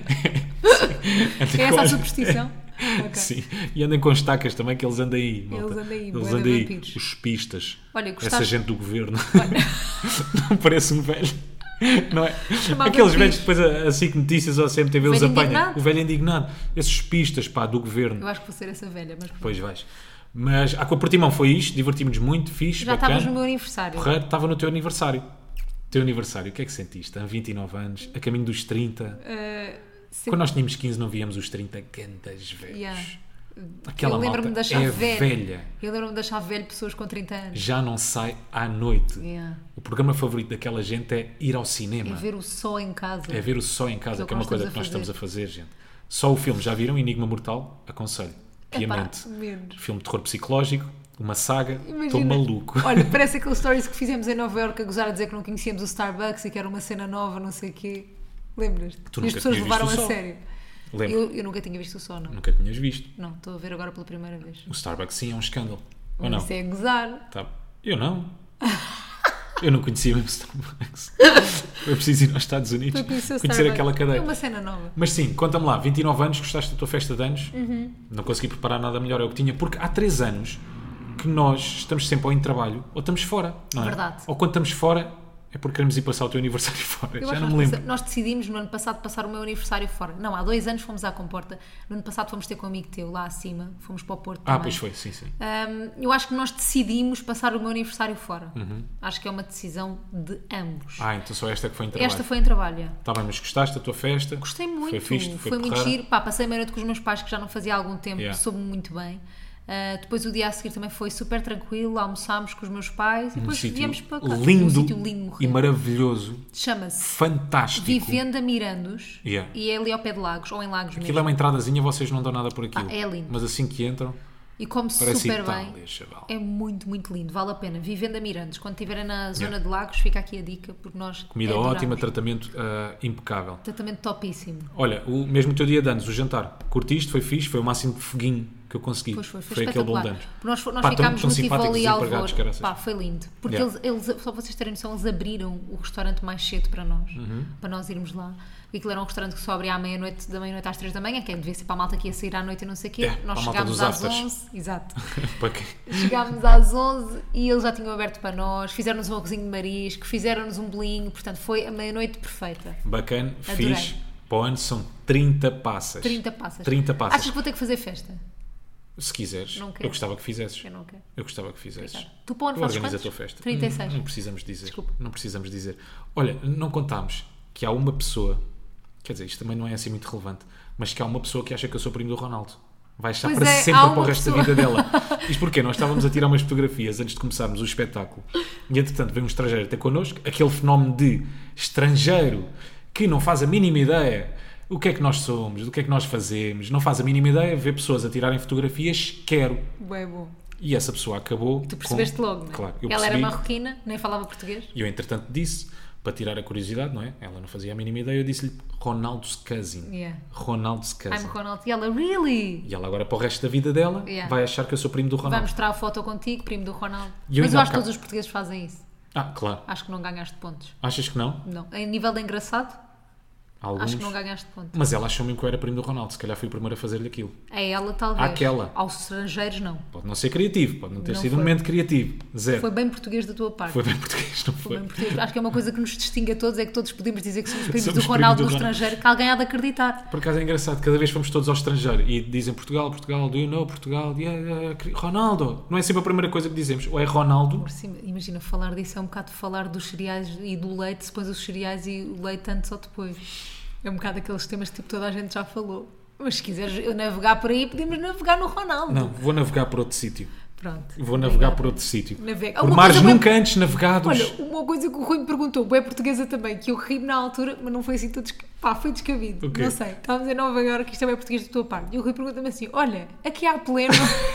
sorte. É essa a superstição? Ok. Sim. E andem com estacas também, que eles andam aí. malta. Eles andam aí, Eles bué de andam aí. vampiros. Os pistas. Olha, Essa gostaste? gente do governo. Não parece um velho. Não é? Chamava Aqueles vampiros. velhos depois a, a SIC Notícias ou a C M T V os velho apanham. indignado? O velho indignado. Esses pistas, pá, do governo. Eu acho que vou ser essa velha, mas Pois vais. Mas a Portimão foi isto, divertimos-nos muito, fixe, já bacana. estavas no meu aniversário. Porreiro, estava no teu aniversário. Teu aniversário, o que é que sentiste? Há vinte e nove anos, a caminho dos trinta. Uh, sempre- Quando nós tínhamos quinze não víamos os trinta grandes velhos. Yeah. Aquela eu lembro-me malta de achar é velho. velha. Eu lembro-me de achar velho pessoas com trinta anos. Já não sai à noite. Yeah. O programa favorito daquela gente é ir ao cinema. É ver o sol em casa. É ver o Só em Casa, Que é o que é uma que nós coisa estamos que nós a estamos a fazer, gente. Só o filme, já viram? Enigma Mortal? Aconselho. Epá, Piamente. menos. Filme de terror psicológico, uma saga. Estou Imagina. maluco. Olha, parece aqueles stories que fizemos em Nova Iorque a gozar a dizer que não conhecíamos o Starbucks e que era uma cena nova, não sei o quê. Lembras-te? Tu E as nunca pessoas tinhas levaram visto a o Sol. sério. Lembro. Eu, eu nunca tinha visto o sol, não. Nunca tinhas visto. Não, estou a ver agora pela primeira vez. O Starbucks sim é um escândalo. Ou não? Isso é gozar. Tá. Eu não. Eu não conhecia mesmo Starbucks. Foi preciso ir aos Estados Unidos Foi conhecer o conhecer Starbucks. aquela cadeia. É uma cena nova. Mas sim, conta-me lá, vinte e nove anos, gostaste da tua festa de anos? Uhum. Não consegui preparar nada melhor, é o que tinha, porque há três anos que nós estamos sempre ou em trabalho ou estamos fora, não é? Verdade. Ou quando estamos fora é porque queremos ir passar o teu aniversário fora. Eu Já acho não que me nós, lembro. nós decidimos no ano passado passar o meu aniversário fora. Não, há dois anos fomos à Comporta. No ano passado fomos ter com um amigo teu lá acima. Fomos para o Porto Ah, também. pois foi, sim, sim. Hum, eu acho que nós decidimos passar o meu aniversário fora. Uhum. Acho que é uma decisão de ambos. Ah, então só esta que foi em trabalho. Esta foi em trabalho. é. Tá bem, mas gostaste da tua festa? Gostei muito. Foi fixe, foi, muito porreira? giro. Pá, passei a meia-noite com os meus pais que já não fazia há algum tempo. Yeah. Soube muito bem. Uh, depois o dia a seguir também foi super tranquilo. Almoçámos com os meus pais e Um depois sítio viemos para cá. Um lindo sítio lindo, morrer. e maravilhoso, Chama-se fantástico. Vivenda Mirandos. Yeah. E é ali ao pé de Lagos, ou em Lagos Aquilo mesmo. é uma entradazinha, vocês não dão nada por aquilo. Ah, é lindo. Mas assim que entram, E come-se parece super Itália, bem. chaval. É muito, muito lindo. Vale a pena. Vivenda Mirandos. Quando estiverem na zona Yeah. de Lagos, fica aqui a dica, porque nós Comida adoramos. ótima, tratamento ah, impecável. Tratamento topíssimo. Olha, o, mesmo o teu dia de anos, o jantar, curtiste, foi fixe, foi o máximo de foguinho que eu consegui. Pois foi, foi, aquele bolo espetacular. de anos. Porque Nós, fo- nós Pá, tão- ficámos tão no simpáticos Tivoli os e Alvor. empregados, caraças. Pá, foi lindo. Porque Yeah. eles, eles, só para vocês terem noção, eles abriram o restaurante mais cedo para nós. Uhum. Para nós irmos lá. E aquilo era um restaurante que só abria à meia-noite, da meia-noite às três da manhã, que devia ser para a malta que ia sair à noite e não sei o quê. É, para nós a malta chegámos dos às afters. onze. Exato. Para quê? Chegámos às onze e eles já tinham aberto para nós. Fizeram-nos um arrozinho de marisco, fizeram-nos um bolinho. Portanto, foi a meia-noite perfeita. Bacana, Adorei. fixe. Para o ano são trinta passas. trinta passas. trinta passas. Achas que vou ter que fazer festa? Se quiseres, Não quero. eu gostava que fizesses. Eu não quero. Eu gostava que fizesses. Obrigada. Tu para o ano Eu fazes organizo a quantos? tua festa. trinta e seis. Não, não precisamos dizer. Desculpa. Não precisamos dizer. Olha, não contámos que há uma pessoa, quer dizer, isto também não é assim muito relevante, mas que há uma pessoa que acha que eu sou primo do Ronaldo. Vai estar Pois para é, sempre há para o uma resto da pessoa. vida dela. Isto porque nós estávamos a tirar umas fotografias antes de começarmos o espetáculo e entretanto veio um estrangeiro ter connosco, aquele fenómeno de estrangeiro que não faz a mínima ideia o que é que nós somos, do que é que nós fazemos, não faz a mínima ideia, vê pessoas a tirarem fotografias, quero. Bem bom. E essa pessoa acabou. Tu percebeste com... logo, não é? Claro, eu Ela percebi. era marroquina, nem falava português. E eu, entretanto, disse, para tirar a curiosidade, não é? Ela não fazia a mínima ideia, eu disse-lhe Ronaldo's cousin. Yeah. Ronaldo's cousin. I'm Ronald. E ela, really? E ela agora, para o resto da vida dela, Yeah. vai achar que eu sou primo do Vai Ronaldo. mostrar a foto contigo, primo do Ronaldo. E eu Mas ainda eu há acho que bocado- todos os portugueses fazem isso. Ah, claro. Acho que não ganhaste pontos. Achas que não? Não. Em nível de engraçado, Alguns. Acho que não ganhaste ponto. Mas ela achou mesmo que eu era primo do Ronaldo. Se calhar fui o primeiro a fazer-lhe aquilo. A ela, talvez. Àquela. Aos estrangeiros, não. Pode não ser criativo, pode não ter Não sido foi. um momento criativo. Zero. Foi bem português da tua parte. Foi bem português, não Foi foi? bem português. Acho que é uma coisa que nos distingue a todos, é que todos podemos dizer que somos primos Somos do Ronaldo primos no do Ronaldo. estrangeiro, que alguém há de acreditar. Por acaso é engraçado, cada vez fomos todos ao estrangeiro e dizem Portugal, Portugal, do you know Portugal? Yeah, yeah, Ronaldo. Não é sempre a primeira coisa que dizemos. Ou é Ronaldo. Por cima, imagina, falar disso é um bocado falar dos cereais e do leite, se pões os cereais e o leite antes ou depois. É um bocado aqueles temas que tipo, toda a gente já falou. Mas se quiseres eu navegar por aí, podemos navegar no Ronaldo. Não, vou navegar por outro sítio. Pronto. Vou navegar por outro sítio. Navega. Por Uma mares coisa nunca bem- antes navegados. Olha, uma coisa que o Rui me perguntou, bem portuguesa também, que eu ri na altura, mas não foi assim tudo. desca- Pá, foi descabido. O quê? Não sei. Estávamos em Nova Iorque, isto é bem português da tua parte. E o Rui pergunta-me assim: olha, aqui há pleno.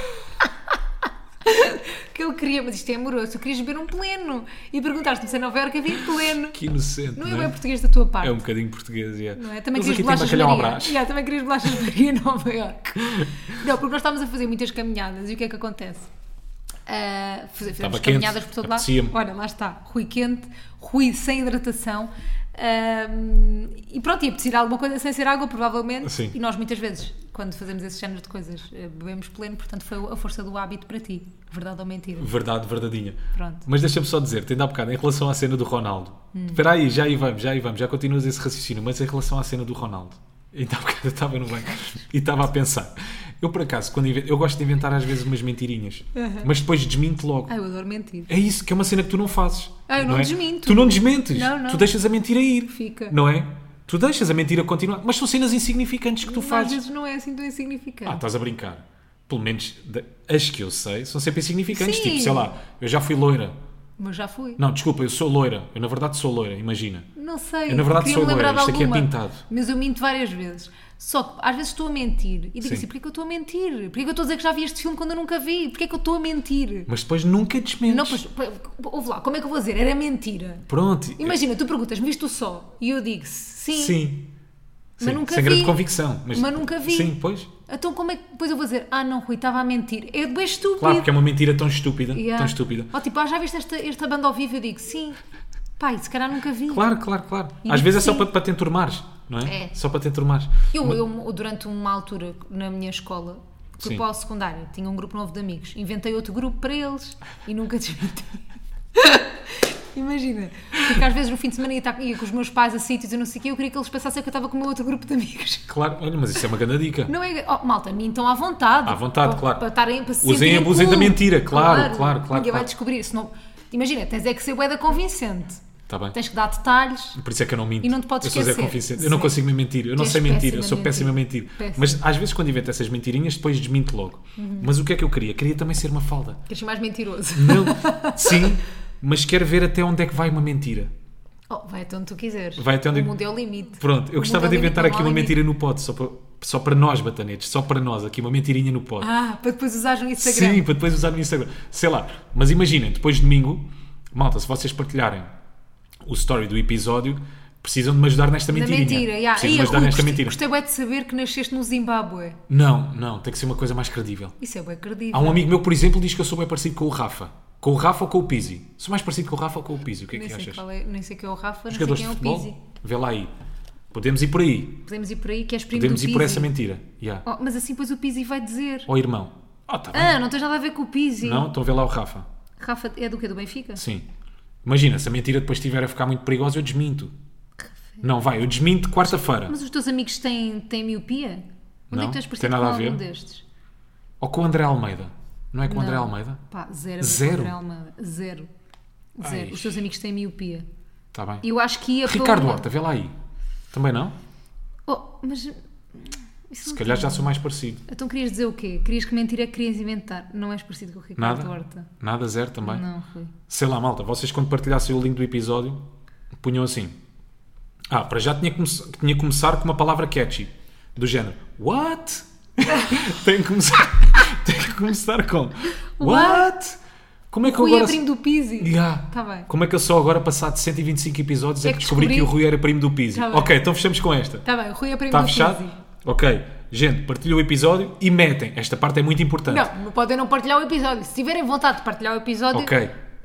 Que ele queria, mas isto é amoroso, tu querias beber um pleno. E perguntaste-me se em Nova Iorque havia pleno. Que inocente, Não não é é? bem português da tua parte. É um bocadinho português, yeah. Não é? Também Eles querias aqui têm bolachas bacalhau ao Maria. brás. Yeah, também querias bolachas Maria em Nova Iorque. Não, porque nós estávamos a fazer muitas caminhadas e o que é que acontece? Uh, faz- fizemos Estava quente, caminhadas por todo lado. apetecia-me. Olha, lá está, Rui quente, Rui sem hidratação. Um, e pronto, ia precisar de alguma coisa sem ser água, provavelmente. Sim. E nós muitas vezes, quando fazemos esse género de coisas, eh, bebemos pleno, portanto foi a força do hábito para ti. Verdade ou mentira? Verdade, verdadeinha. Pronto. Mas deixa-me só dizer, tendo há bocado, em relação à cena do Ronaldo. Hum. Espera aí, já aí vamos, já aí vamos, já continuas esse raciocínio, mas em relação à cena do Ronaldo. Então, há bocado eu estava no banco e estava a pensar. Eu, por acaso, quando invento, eu gosto de inventar às vezes umas mentirinhas, mas depois desminto logo. Ah, eu adoro mentir. É isso, que é uma cena que tu não fazes. Ah, eu não é? desminto. Tu não desmentes. Não, não. Tu deixas a mentira ir. Fica. Não é? Tu deixas a mentira continuar. Mas são cenas insignificantes que tu Às fazes. vezes não é assim tão insignificante. Ah, estás a brincar. Pelo menos de- as que eu sei são sempre insignificantes. Sim. Tipo, sei lá, eu já fui loira. Mas já fui. Não, desculpa, eu sou loira. Eu na verdade sou loira, imagina. Não sei. Eu, na verdade, queria sou me lembrar loira. de Isto aqui é alguma, pintado. Mas eu minto várias vezes. Só que às vezes estou a mentir. E digo Sim. assim, porquê que eu estou a mentir? Porquê que eu estou a dizer que já vi este filme quando eu nunca vi? Porquê que eu estou a mentir? Mas depois nunca desmentes. Não, pois, pois, ouve lá, como é que eu vou dizer? Era mentira. Pronto. Imagina, tu perguntas-me, viste o sol? E eu digo sim. Sim. Mas Sim, nunca sem vi. grande convicção. Mas, Mas nunca vi. Sim, pois. Então como é que depois eu vou dizer, ah não, Rui, estava a mentir? É bem estúpido. Claro, porque é uma mentira tão estúpida. Yeah. Tão estúpida. Ou tipo, ah, já viste esta, esta banda ao vivo? Eu digo sim. Pai, se calhar nunca vi. Claro, claro, claro. E Às digo vezes é só sim. para, para te enturmares, não é? É. Só para te enturmares. Eu, Mas- eu, durante uma altura, na minha escola, fui Sim. para a secundária, tinha um grupo novo de amigos, inventei outro grupo para eles e nunca desmenti. Imagina, porque às vezes no fim de semana ia, estar- ia com os meus pais a sítios e não sei o quê, eu queria que eles pensassem que eu estava com o meu outro grupo de amigos. Claro, olha, mas isso é uma grande dica. Não é. Oh, malta, mintam à vontade. À vontade, para, claro. Para estarem para se Usem e sentirem abusem cool. da mentira, claro, claro, claro, Ninguém vai claro. descobrir. Senão, imagina, tens é que ser bué da convincente. Está bem. Tens que dar detalhes. Por isso é que eu não minto. E não te podes eu sou Zé esquecer. Convincente. Eu não Sim. consigo me mentir. Eu não Tu sei és mentir. péssima Eu sou a péssimo a mentir. mentir. Péssimo. Mas às vezes quando invento essas mentirinhas, depois desminto logo. Uhum. Mas o que é que eu queria? Queria também ser uma falda. Queres ser mais mentiroso. Não. Sim, mas quero ver até onde é que vai uma mentira. Oh, vai até onde tu quiseres. Vai até onde- O mundo é o limite. Pronto, eu O gostava mundo de é o limite, inventar não aqui há uma limite. mentira no pote, só para, só para nós, batanetes, só para nós, aqui uma mentirinha no pote. Ah, para depois usares no Instagram. Sim, para depois usar no Instagram. Sei lá, mas imaginem, depois de domingo, malta, se vocês partilharem o story do episódio, precisam de me ajudar nesta Da mentirinha. mentira, yeah. Precisam de Ei, me ajudar Rui, nesta gostei, mentira. gostei bem de saber que nasceste no Zimbábue. Não, não, tem que ser uma coisa mais credível. Isso é bem credível. Há um amigo meu, por exemplo, diz que eu sou bem parecido com o Rafa. Com o Rafa ou com o Pizzi? Sou mais parecido com o Rafa ou com o Pizzi? O que é nem, que sei achas? qual é, nem sei quem é o Rafa, nem sei Jogadores quem é de o futebol? Pizzi. Vê lá aí. Podemos ir por aí. Podemos ir por aí, que és primo Podemos do ir Pizzi. por essa mentira. Yeah. Oh, mas assim depois o Pizzi vai dizer. Ou irmão. Ah, tá bem. Ah, não tens nada a ver com o Pizzi. Não? Então vê lá o Rafa. Rafa é do quê? Do Benfica? Sim. Imagina, se a mentira depois estiver a ficar muito perigosa, eu desminto. Não, vai, eu desminto quarta-feira. Mas os teus amigos têm, têm miopia? Onde Não, é que tu és tem parecido nada com a ver. algum destes? Ou com o André Almeida. Não é com o André Não. Almeida? Pá, zero. a ver Zero? com André Almeida. Zero. Zero. Ai. Os teus amigos têm miopia. Está bem. Eu acho que ia para Ricardo uma- Horta, vê lá aí. Também não? Oh, mas... Isso Se não calhar tem- já sou mais parecido. Então querias dizer o quê? Querias que mentira é que querias inventar? Não és parecido com o Ricardo Nada? Horta. Nada, zero também? Não, Rui. Sei lá, malta, vocês quando partilhassem o link do episódio, punham assim. Ah, para já tinha que, come- tinha que começar com uma palavra catchy. Do género, what? tem, que começar, tem que começar com what? Como é que eu Rui é agora... primo do Pizzi. Yeah. Tá bem. Como é que eu só agora, passado cento e vinte e cinco episódios, é, É que que descobri, descobri- que o Rui era primo do Pizzi? Tá bem. Ok, então fechamos com esta. Tá bem, o Rui é primo Está do fechado? Pizzi. Ok. Gente, partilhem o episódio e metem. Esta parte é muito importante. Não, podem não partilhar o episódio. Se tiverem vontade de partilhar o episódio, Ok.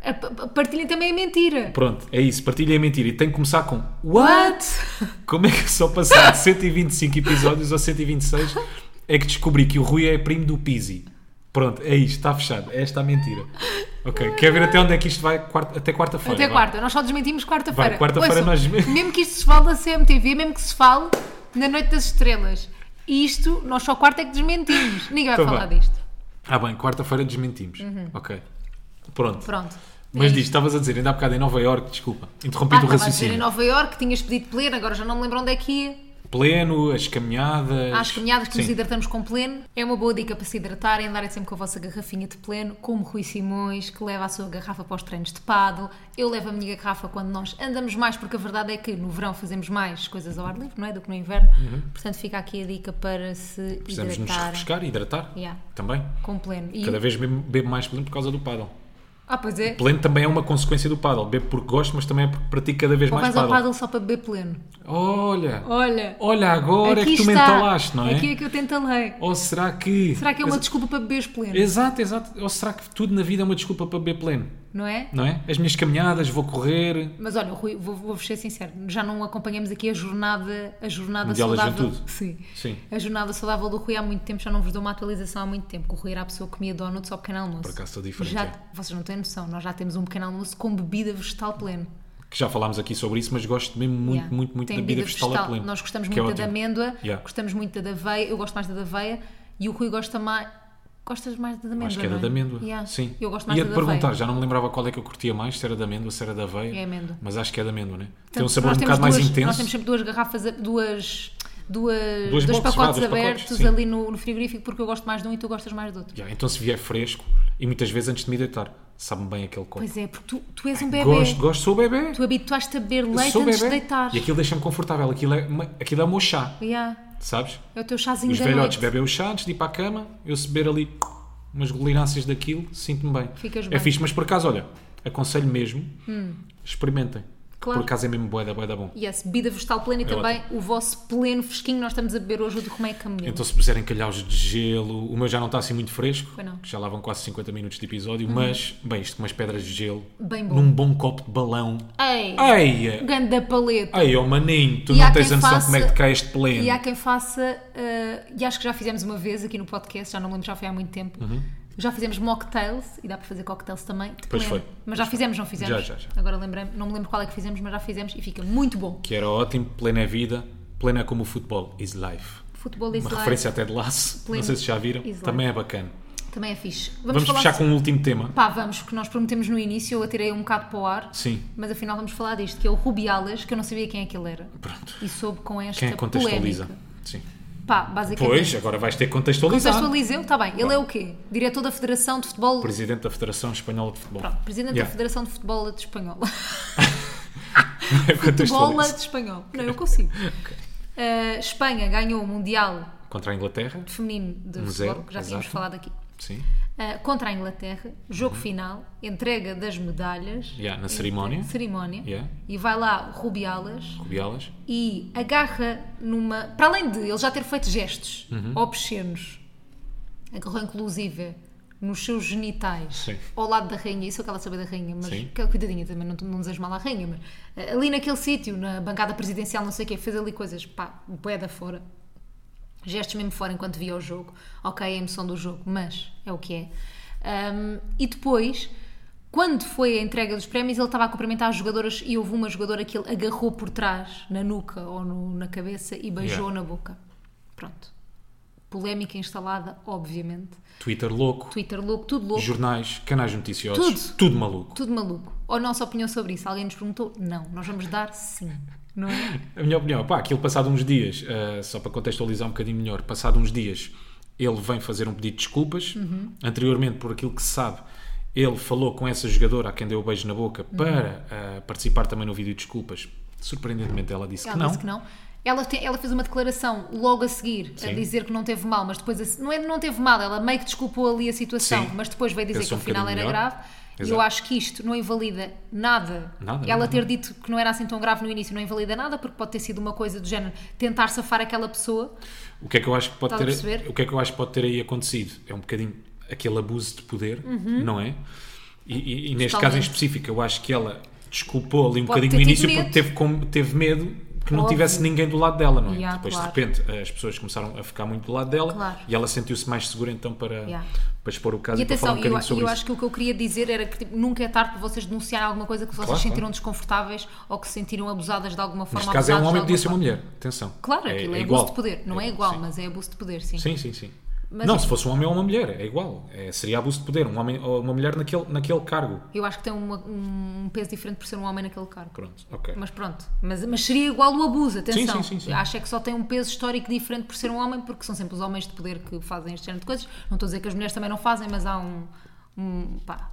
A, a, a partilha também é mentira. Pronto, é isso. Partilha é mentira. E tem que começar com What? Como é que só passar de cento e vinte e cinco episódios ou cento e vinte e seis é que descobri que o Rui é primo do Pizzi? Pronto, é isto. Está fechado. É esta a mentira. Ok. Quer ver até onde é que isto vai? Quarta, até quarta-feira. Até vai. quarta. Nós só desmentimos quarta-feira. Vai, quarta-feira Ouçam, nós- mesmo que isto se fale na C M T V, mesmo que se fale na Noite das Estrelas. Isto, nós só quarta é que desmentimos. Ninguém vai Então falar vá. disto. Ah bem, quarta-feira desmentimos. Ok. Pronto. Pronto. Mas É diz, isto. estavas a dizer, ainda há bocado em Nova Iorque, desculpa, Ah, interrompi-te o estava a dizer em raciocínio. Nova Iorque, tinhas pedido pleno, agora já não me lembro onde é que ia. Pleno, as caminhadas. Às caminhadas que Sim. nos hidratamos com pleno. É uma boa dica para se hidratarem, andarem sempre com a vossa garrafinha de pleno, como Rui Simões, que leva a sua garrafa para os treinos de paddle. Eu levo a minha garrafa quando nós andamos mais, porque a verdade é que no verão fazemos mais coisas ao ar livre, não é? Do que no inverno. Portanto, fica aqui a dica para se Precisamos nos hidratarem refrescar e hidratar. Yeah. Também. com pleno. E- Cada vez bebo, bebo mais pleno por causa do paddle. Ah, pois é. Pleno também é uma consequência do paddle. Bebo porque gosto, mas também é porque pratico cada vez Ou mais vais ao paddle. paddle só para beber pleno. Olha, Olha, olha agora é aqui que tu está. mentalaste, não é? Aqui é que eu tentalei. Ou será que... Será que é uma Ex- desculpa para beberes pleno? Exato, exato. Ou será que tudo na vida é uma desculpa para beber pleno? Não é? Não é? As minhas caminhadas, vou correr... Mas olha, Rui, vou- vou-vos ser sincero, já não acompanhamos aqui a jornada, a jornada Mundial da saudável. Juventude. Sim. Sim. A jornada saudável do Rui há muito tempo, já não vos dou uma atualização há muito tempo. Que o Rui era a pessoa que comia donuts ao pequeno almoço. Por acaso estou diferente, Já, é. vocês não têm noção, nós já temos um pequeno almoço com bebida vegetal pleno. Que já falámos aqui sobre isso, mas gosto mesmo muito, Yeah. muito, muito Tem da bebida vegetal a pleno. Nós gostamos que é muito da de ótimo. amêndoa, Yeah. gostamos muito da de aveia, eu gosto mais da de aveia e o Rui gosta mais. Gostas mais da de amêndoa? Acho que é da não de amêndoa. Yeah. Sim. Eu gosto mais Ia-te da de aveia. perguntar, já não me lembrava qual é que eu curtia mais, se era da amêndoa, se era da aveia. É amêndoa. Mas acho que é da amêndoa, né? Tem um Portanto, sabor um nós bocado temos mais duas- intenso. Nós temos sempre duas garrafas, duas, duas, Duas dois boxes, vá, pacotes dois pacotes, abertos sim. ali no, no frigorífico porque eu gosto mais de um e tu gostas mais do outro. Yeah, então se vier fresco, e muitas vezes antes de me deitar, sabe-me bem aquele copo. Pois é, porque tu, tu és um bebê. Gosto, gosto, sou bebê. Tu habituaste a beber Eu leite sou antes bebê. de deitar. E aquilo deixa-me confortável. Aquilo é, uma- aquilo é o meu chá, Yeah. sabes? É o teu chazinho Os da velhotes noite. bebem o chá antes de ir para a cama, eu se beber ali umas golinâncias daquilo, sinto-me bem. Ficas É bem. fixe, mas por acaso, olha, aconselho mesmo, experimentem. Claro. Por acaso é mesmo bué da bué da bom. Yes, bebida vegetal plena e É também o vosso pleno fresquinho nós estamos a beber hoje o de Romé Camelo. Então se puserem calhaus de gelo, o meu já não está assim muito fresco, Pois não. que já lá vão quase cinquenta minutos de episódio, mas, bem, isto com umas pedras de gelo, Bem bom. num bom copo de balão. Ei, Eia! ganda paleta. Ei, ó maninho, tu E há não tens quem a noção faça- como é que te cai este pleno. E há quem faça, eh, e acho que já fizemos uma vez aqui no podcast, já não me lembro, já foi há muito tempo. Já fizemos mocktails e dá para fazer cocktails também. De Uhum. Pois pleno. foi. Mas já fizemos, não fizemos? Já, já, já. Agora lembrei-me, não me lembro qual é que fizemos, mas já fizemos e fica muito bom. Que era ótimo, pleno é vida, pleno é como o futebol, is life. Futebol is Uma life. referência até de laço, Pleno não sei se já viram, is life. também é bacana. Também é fixe. Vamos, falar fechar com um último tema. Pá, vamos, que nós prometemos no início, eu atirei um bocado para o ar, Sim, mas afinal vamos falar disto, que é o Rubiales, que eu não sabia quem é que ele era. pronto. E soube com esta Quem é que contextualiza? polémica. Sim. Pá, basicamente. Pois, agora vais ter que contextualizar. Contextualizeu, está bem. Ele é o quê? Diretor da Federação de Futebol. Presidente da Federação Espanhola de Futebol. Pronto, Presidente Yeah. da Federação de Futebol de Espanhola. Contextualiza. Futebola de Espanhol. Não, eu consigo. Uh, Espanha ganhou o Mundial Contra a Inglaterra. Feminino de Um Futebol, zero, que já tínhamos exato. falado aqui. Sim. Uh, contra a Inglaterra, jogo Uhum. final, entrega das medalhas. Yeah, na cerimónia. Cerimónia. Yeah. E vai lá o Rubiales Rubiales. e agarra numa. Para além de ele já ter feito gestos Uhum. obscenos, agarrou inclusive nos seus genitais Sim. ao lado da rainha, isso eu quero saber da rainha, mas Sim. que- cuidadinha também, não, não desejo mal à rainha, mas eh, ali naquele sítio, na bancada presidencial, não sei o quê, fez ali coisas, pá, bué da fora. Gestos mesmo fora enquanto via o jogo. Ok, a emoção do jogo, mas é o que é. Um, e depois, quando foi a entrega dos prémios, ele estava a cumprimentar as jogadoras e houve uma jogadora que ele agarrou por trás, na nuca ou no- na cabeça e beijou Yeah. na boca. Pronto. Polémica instalada, obviamente. Twitter louco. Twitter louco, tudo louco. Jornais, canais noticiosos. Tudo. maluco. Tudo maluco. Ou a nossa opinião sobre isso? Alguém nos perguntou? Não. Nós vamos dar sim. Não é? A minha opinião, pá, aquilo passado uns dias, uh, só para contextualizar um bocadinho melhor, passado uns dias, ele vem fazer um pedido de desculpas. Uhum. Anteriormente, por aquilo que se sabe, ele falou com essa jogadora a quem deu o beijo na boca Uhum. para uh, participar também no vídeo de desculpas. Surpreendentemente, ela disse Ela que não. disse que não. Ela, te- ela fez uma declaração logo a seguir, a Sim. dizer que não teve mal, mas depois, a- não é não teve mal, ela meio que desculpou ali a situação, Sim. mas depois veio dizer Pensou que um afinal era bocadinho melhor. grave. E Exato. eu acho que isto não invalida nada. Nada, Ela nada, ter nada. dito que não era assim tão grave no início não invalida nada, porque pode ter sido uma coisa do género tentar safar aquela pessoa. O que é que eu acho que pode Estás a ter, perceber? o que é que eu acho que pode ter aí acontecido? É um bocadinho aquele abuso de poder, Uhum. não é? E, e- e neste Totalmente. caso em específico, eu acho que ela desculpou ali um Pode bocadinho ter no tido início medo. porque teve, com- teve medo que não Óbvio. tivesse ninguém do lado dela, não é? Yeah, Depois claro. de repente as pessoas começaram a ficar muito do lado dela Claro. e ela sentiu-se mais segura então para, Yeah. para expor o caso E e, para falar atenção, um eu, bocadinho sobre eu isso. acho que o que eu queria dizer era que tipo, nunca é tarde para vocês denunciarem alguma coisa que vocês Claro, sentiram claro. desconfortáveis ou que se sentiram abusadas de alguma forma. Neste caso é um abusados homem, de podia ser alguma uma forma. mulher. Atenção. Claro, aquilo é, igual. abuso de poder. Não é igual, sim. mas é abuso de poder, sim. Sim, sim, sim. Mas não, é- se fosse um homem ou uma mulher, é igual. É, seria abuso de poder. Um homem ou uma mulher naquele, naquele cargo. Eu acho que tem uma- um peso diferente por ser um homem naquele cargo. Pronto, ok. Mas pronto, mas, mas seria igual o abuso, atenção. sim, sim, sim. Acho é que só tem um peso histórico diferente por ser um homem, porque são sempre os homens de poder que fazem este género de coisas. Não estou a dizer que as mulheres também não fazem, mas há um, um, pá,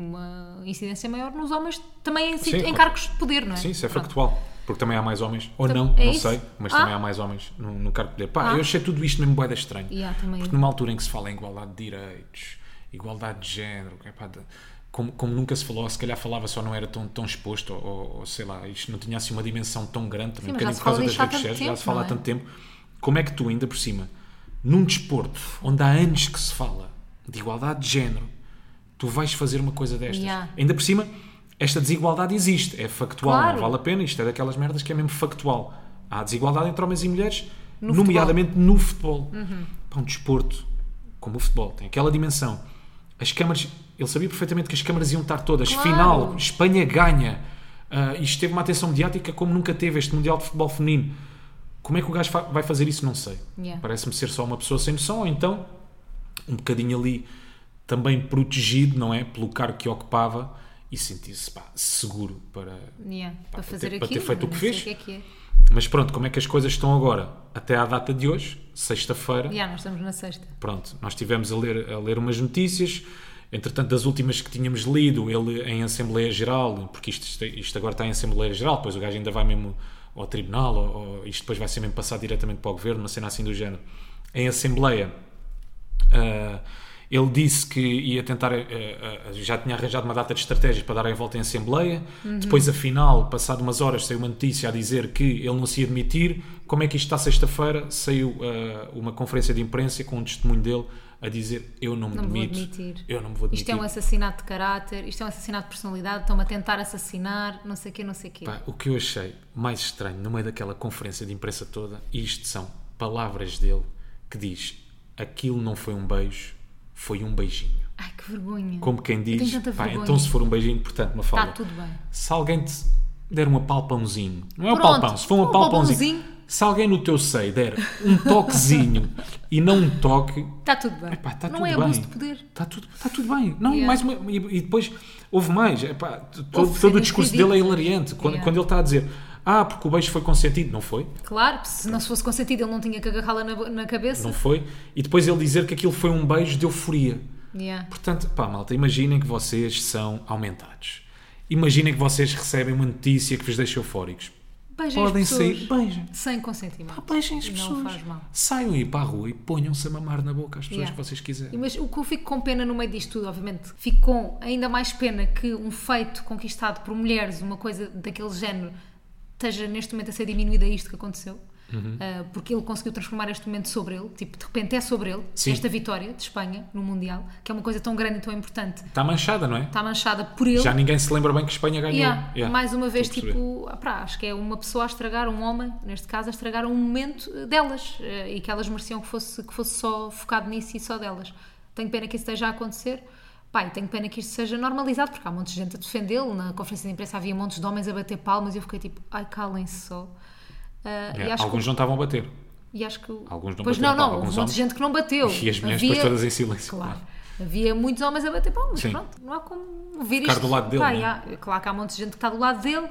uma incidência maior nos homens também em, Sim, em claro. cargos de poder, não é? Sim, isso é Pronto. factual. Porque também há mais homens, ou Então, não, é não isso? sei, mas Ah. também há mais homens no, no cargo de poder. Pá, Ah. eu achei tudo isto mesmo bué da estranho. Yeah, também Porque eu. numa altura em que se fala em igualdade de direitos, igualdade de género, que é pá, de- como, como nunca se falou, se calhar falava só não era tão, tão exposto, ou, ou sei lá, isto não tinha assim uma dimensão tão grande, também Sim, um mas já bocadinho se por causa fala das disto há redes tanto sociais, já tempo, se fala há não é? tanto tempo. Como é que tu, ainda por cima, num desporto onde há anos que se fala de igualdade de género, tu vais fazer uma coisa destas? Yeah. Ainda por cima, esta desigualdade existe, é factual, Claro. não vale a pena, isto é daquelas merdas que é mesmo factual. Há desigualdade entre homens e mulheres, No nomeadamente no futebol. Pá, um desporto como o futebol tem aquela dimensão. As câmaras, ele sabia perfeitamente que as câmaras iam estar todas. Claro. Final, Espanha ganha. Ah, isto teve uma atenção mediática como nunca teve este Mundial de Futebol Feminino. Como é que o gajo fa- vai fazer isso? Não sei. Yeah. Parece-me ser só uma pessoa sem noção, ou então um bocadinho ali também protegido, não é? Pelo cargo que ocupava e sentir-se pá, seguro para. Yeah, para para fazer ter- para ter aquilo. feito o não que sei fez. O que é que é. Mas pronto, como é que as coisas estão agora? Até à data de hoje, sexta-feira. Yeah, nós estamos na sexta. Pronto, nós estivemos a ler, a ler umas notícias. Entretanto, das últimas que tínhamos lido, ele em Assembleia Geral, porque isto, isto agora está em Assembleia Geral, depois o gajo ainda vai mesmo ao Tribunal, ou, ou isto depois vai ser mesmo passado diretamente para o Governo, uma cena assim do género. Em Assembleia, ah, ele disse que ia tentar, ah, ah, já tinha arranjado uma data de estratégias para dar a volta em Assembleia. Depois, afinal, passado umas horas, saiu uma notícia a dizer que ele não se ia demitir. Como é que isto está sexta-feira? Saiu ah, uma conferência de imprensa com um testemunho dele a dizer: eu não me Não me vou demito, demitir. eu não me vou demitir. Isto é um assassinato de caráter, isto é um assassinato de personalidade, estão-me a tentar assassinar, não sei o quê, não sei o quê. Pá, o que eu achei mais estranho no meio daquela conferência de imprensa toda, isto são palavras dele que diz: aquilo não foi um beijo, foi um beijinho. Ai, que vergonha. Como quem Eu diz, tenho tanta pá, vergonha. então se for um beijinho, portanto, uma fala. Está tudo bem. Se alguém te der um apalpãozinho, não é um Pronto, apalpão, se for um um apalpãozinho, apalpãozinho. se alguém no teu seio der um toquezinho e não um toque, Está tudo bem. epá, está não tudo é bem. abuso de poder. Está tudo, está tudo bem. Não, Yeah. mais uma, e, e depois houve mais. Epá, t- todo, Houve todo o cenas discurso ridículas. dele é hilariante. Quando, Yeah. quando ele está a dizer: ah, porque o beijo foi consentido. Não foi. Claro, se não se fosse consentido ele não tinha que agarrá-la na, na cabeça. Não foi. E depois ele dizer que aquilo foi um beijo de euforia. Yeah. Portanto, pá, malta, imaginem que vocês são aumentados. Imaginem que vocês recebem uma notícia que vos deixa eufóricos. Beijem Podem as pessoas sair, beijem. sem consentimento. Pá, beijem as Não pessoas. faz mal. Saiam aí para a rua e ponham-se a mamar na boca às pessoas Yeah. que vocês quiserem. Mas o que eu fico com pena no meio disto tudo, obviamente, fico com ainda mais pena que um feito conquistado por mulheres, uma coisa daquele género, esteja neste momento a ser diminuída a isto que aconteceu. Uhum. Uh, porque ele conseguiu transformar este momento sobre ele, tipo, de repente é sobre ele, Sim. esta vitória de Espanha no Mundial, que é uma coisa tão grande e tão importante, Está manchada, não é? está manchada por ele. Já ninguém se lembra bem que Espanha ganhou. Yeah, Yeah. mais uma vez, Estou a perceber. tipo, ah, pá, acho que é uma pessoa a estragar, um homem, neste caso, a estragar um momento eh, delas eh, e que elas mereciam que fosse, que fosse só focado nisso e só delas. Tenho pena que isso esteja a acontecer. Pá, e tenho pena que isto seja normalizado, porque há um monte de gente a defendê-lo. Na conferência de imprensa havia montes de homens a bater palmas e eu fiquei tipo, ai, calem-se só. Ah, Yeah, e acho Alguns que, não estavam a bater. e acho que alguns não pois bateram não, não, palma, houve alguns um monte homens. de gente que não bateu. E as mulheres depois todas em silêncio. Claro. Havia muitos homens a bater palmas, Sim. pronto, não há como ouvir Ficar isto. do lado dele, Pá, não é? e há- claro que há um monte de gente que está do lado dele,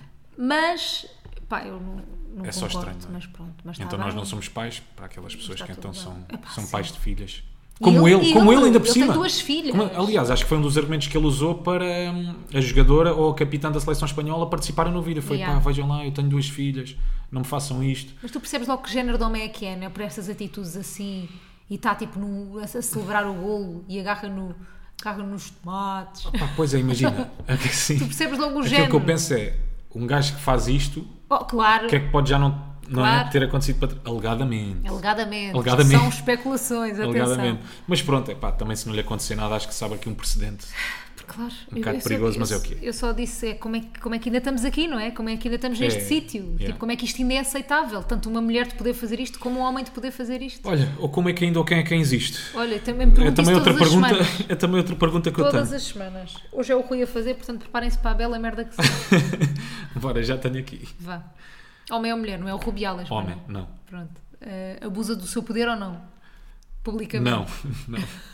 mas, pá, eu não, não É só concordo, estranho, não é? mas pronto. Mas está Então nós bem. não somos pais para aquelas pessoas Está que então tudo são, bem. Epá, são sim. pais de filhas. E Como ele- ele, e como ele- ele ainda por ele tem cima. duas filhas. Como- aliás, acho que foi um dos argumentos que ele usou para hum, a jogadora ou a capitã da seleção espanhola participarem no vídeo. Foi, Yeah. pá, vejam lá, eu tenho duas filhas, não me façam isto. Mas tu percebes logo que género de homem é que é, né? Por essas atitudes assim, e está tipo no, a, a celebrar o golo e agarra, no, agarra nos tomates. Pá, pois é, imagina. assim, Tu percebes logo o aquilo género. que eu penso é, um gajo que faz isto, Oh, claro, o que é que pode já não, não Claro. é, ter acontecido para... Alegadamente. alegadamente. Alegadamente. São especulações, atenção. Alegadamente. Mas pronto, é pá, também se não lhe acontecer nada, acho que sabe aqui um precedente. Claro. Um Eu- bocado eu só- perigoso, eu- mas é o quê? Eu só disse é, como, é que, como é que ainda estamos aqui, não é? Como é que ainda estamos neste É, sítio? yeah. Tipo, como é que isto ainda é aceitável? Tanto uma mulher de poder fazer isto como um homem de poder fazer isto. Olha, ou como é que ainda ou quem é quem existe? Olha, também me pergunto É também, isso outra todas as pergunta, semanas. é também outra pergunta que eu Todas tenho. as semanas. Hoje é o Rui a fazer, portanto preparem-se para a bela merda que se Bora, já tenho aqui. vá. Homem ou mulher, não é o Rubiales. pá, Homem, não. não. Pronto. Eh, abusa do seu poder ou não? Publicamente. Não, não.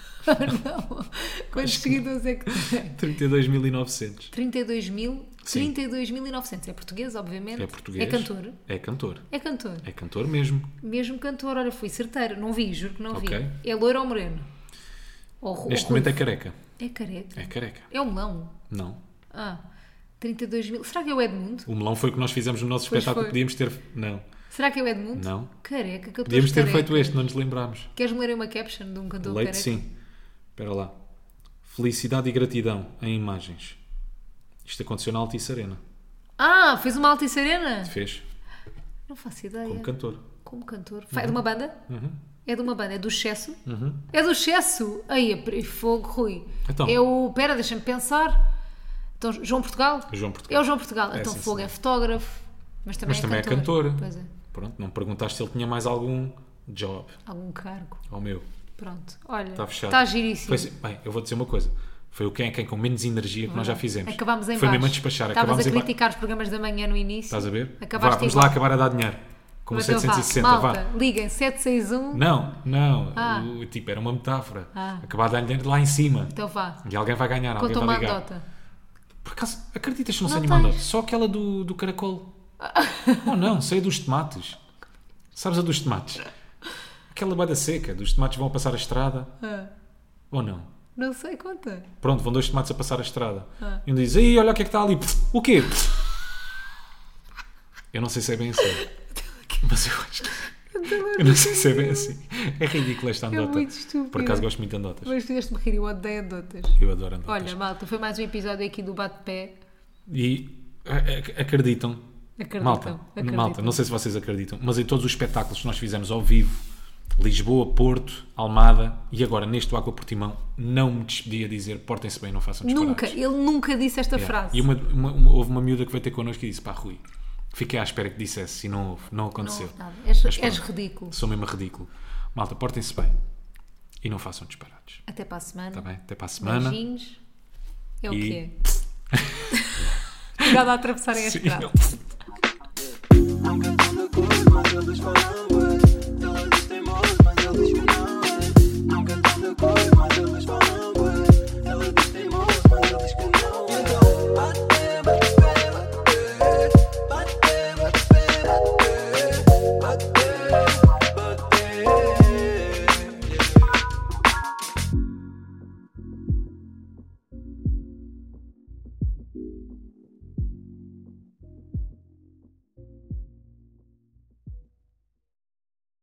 não. Quantos seguidores é que tem? trinta e dois mil e novecentos. trinta e dois mil? Sim. trinta e dois mil e novecentos. É português, obviamente. É português. É cantor. É cantor. É cantor. É cantor mesmo. Mesmo cantor. Olha, fui certeiro. Não vi, juro que não Ok. vi. É loiro ou moreno? Ou, ru- Neste ou momento é ruivo? careca. É careca. É careca. É o melão. Não. Ah, trinta e dois mil. Será que é o Edmundo? O melão foi o que nós fizemos no nosso Pois espetáculo. foi. Podíamos ter. Não. Será que é o Edmundo? Não. Careca, que eu estou Podíamos ter careca. feito este, não nos lembrámos. Queres-me ler uma caption de um cantor Leite, careca? sim. Espera lá. Felicidade e gratidão em imagens. Isto aconteceu na Altice Arena. Ah, fez uma Altice Arena? Fez. Não faço ideia. Como cantor. Como cantor. Fa- É de uma banda? Uhum. É de uma banda. É do Excesso? Uhum. É do Excesso? Aí, a pre- fogo, Rui. Então. É o... Pera, deixa-me pensar. Então, João Portugal? João Portugal. É o João Portugal. É, então, sim, fogo sim. é fotógrafo. Mas também, Mas é, também cantor. é cantor. Pois é. Pronto, não me perguntaste se ele tinha mais algum job. Algum cargo. Ao meu. Pronto. Olha, Está fechado. está giríssimo. Foi assim- bem, eu vou dizer uma coisa. Foi o quem é quem com menos energia que nós já fizemos. Acabámos em Foi mesmo a baixo. despachar. Estavas Acabámos a em ba- criticar os programas da manhã no início. Estás a ver? Acabaste Vá, vamos igual. lá acabar a dar dinheiro. Com o Então vá, setecentos e sessenta, malta, vá. liguem sete seis um. Não, não. Ah. O, tipo, era uma metáfora. Ah. Acabar a dar dinheiro lá em cima. Então vá. E alguém vai ganhar, alguém Conta vai uma ligar. anedota. Por acaso, acreditas que não, Não sei nenhuma tens. anedota? Só aquela do, do caracol. Oh não, sei a dos tomates. Sabes a dos tomates? Aquela bada seca, dos tomates vão a passar a estrada. Ah, Ou não? não sei, conta. Pronto, vão dois tomates a passar a estrada. Ah. E um diz, aí, olha o que é que está ali. O quê? Eu não sei se é bem assim. Mas eu acho que... Eu não sei se é bem assim. É ridículo esta É anedota. muito estúpido. Por acaso gosto muito de anedotas. Mas fizeste-me rir, eu odeio anedotas. Eu adoro anedotas. Olha, malta, foi mais um episódio aqui do Bate-Pé. E a- a- acreditam, Acreditam, malta, acreditam. malta, não sei se vocês acreditam, mas em todos os espetáculos que nós fizemos ao vivo, Lisboa, Porto, Almada e agora neste do Aqua Portimão, não me despedi a dizer portem-se bem, não façam disparates. Nunca, ele nunca disse esta Yeah. frase. E uma, uma- uma- houve uma miúda que veio ter connosco e disse, pá Rui, fiquei à espera que dissesse e não houve, não Não aconteceu. houve nada. És, Mas és pronto, ridículo. Sou mesmo ridículo. Malta, portem-se bem e não façam disparates. Até para a semana. Está bem? Até para a semana. Beijinhos. É o E- que é. Cuidado a atravessarem a Sim. estrada. Nunca estão de acordo, mas eles falam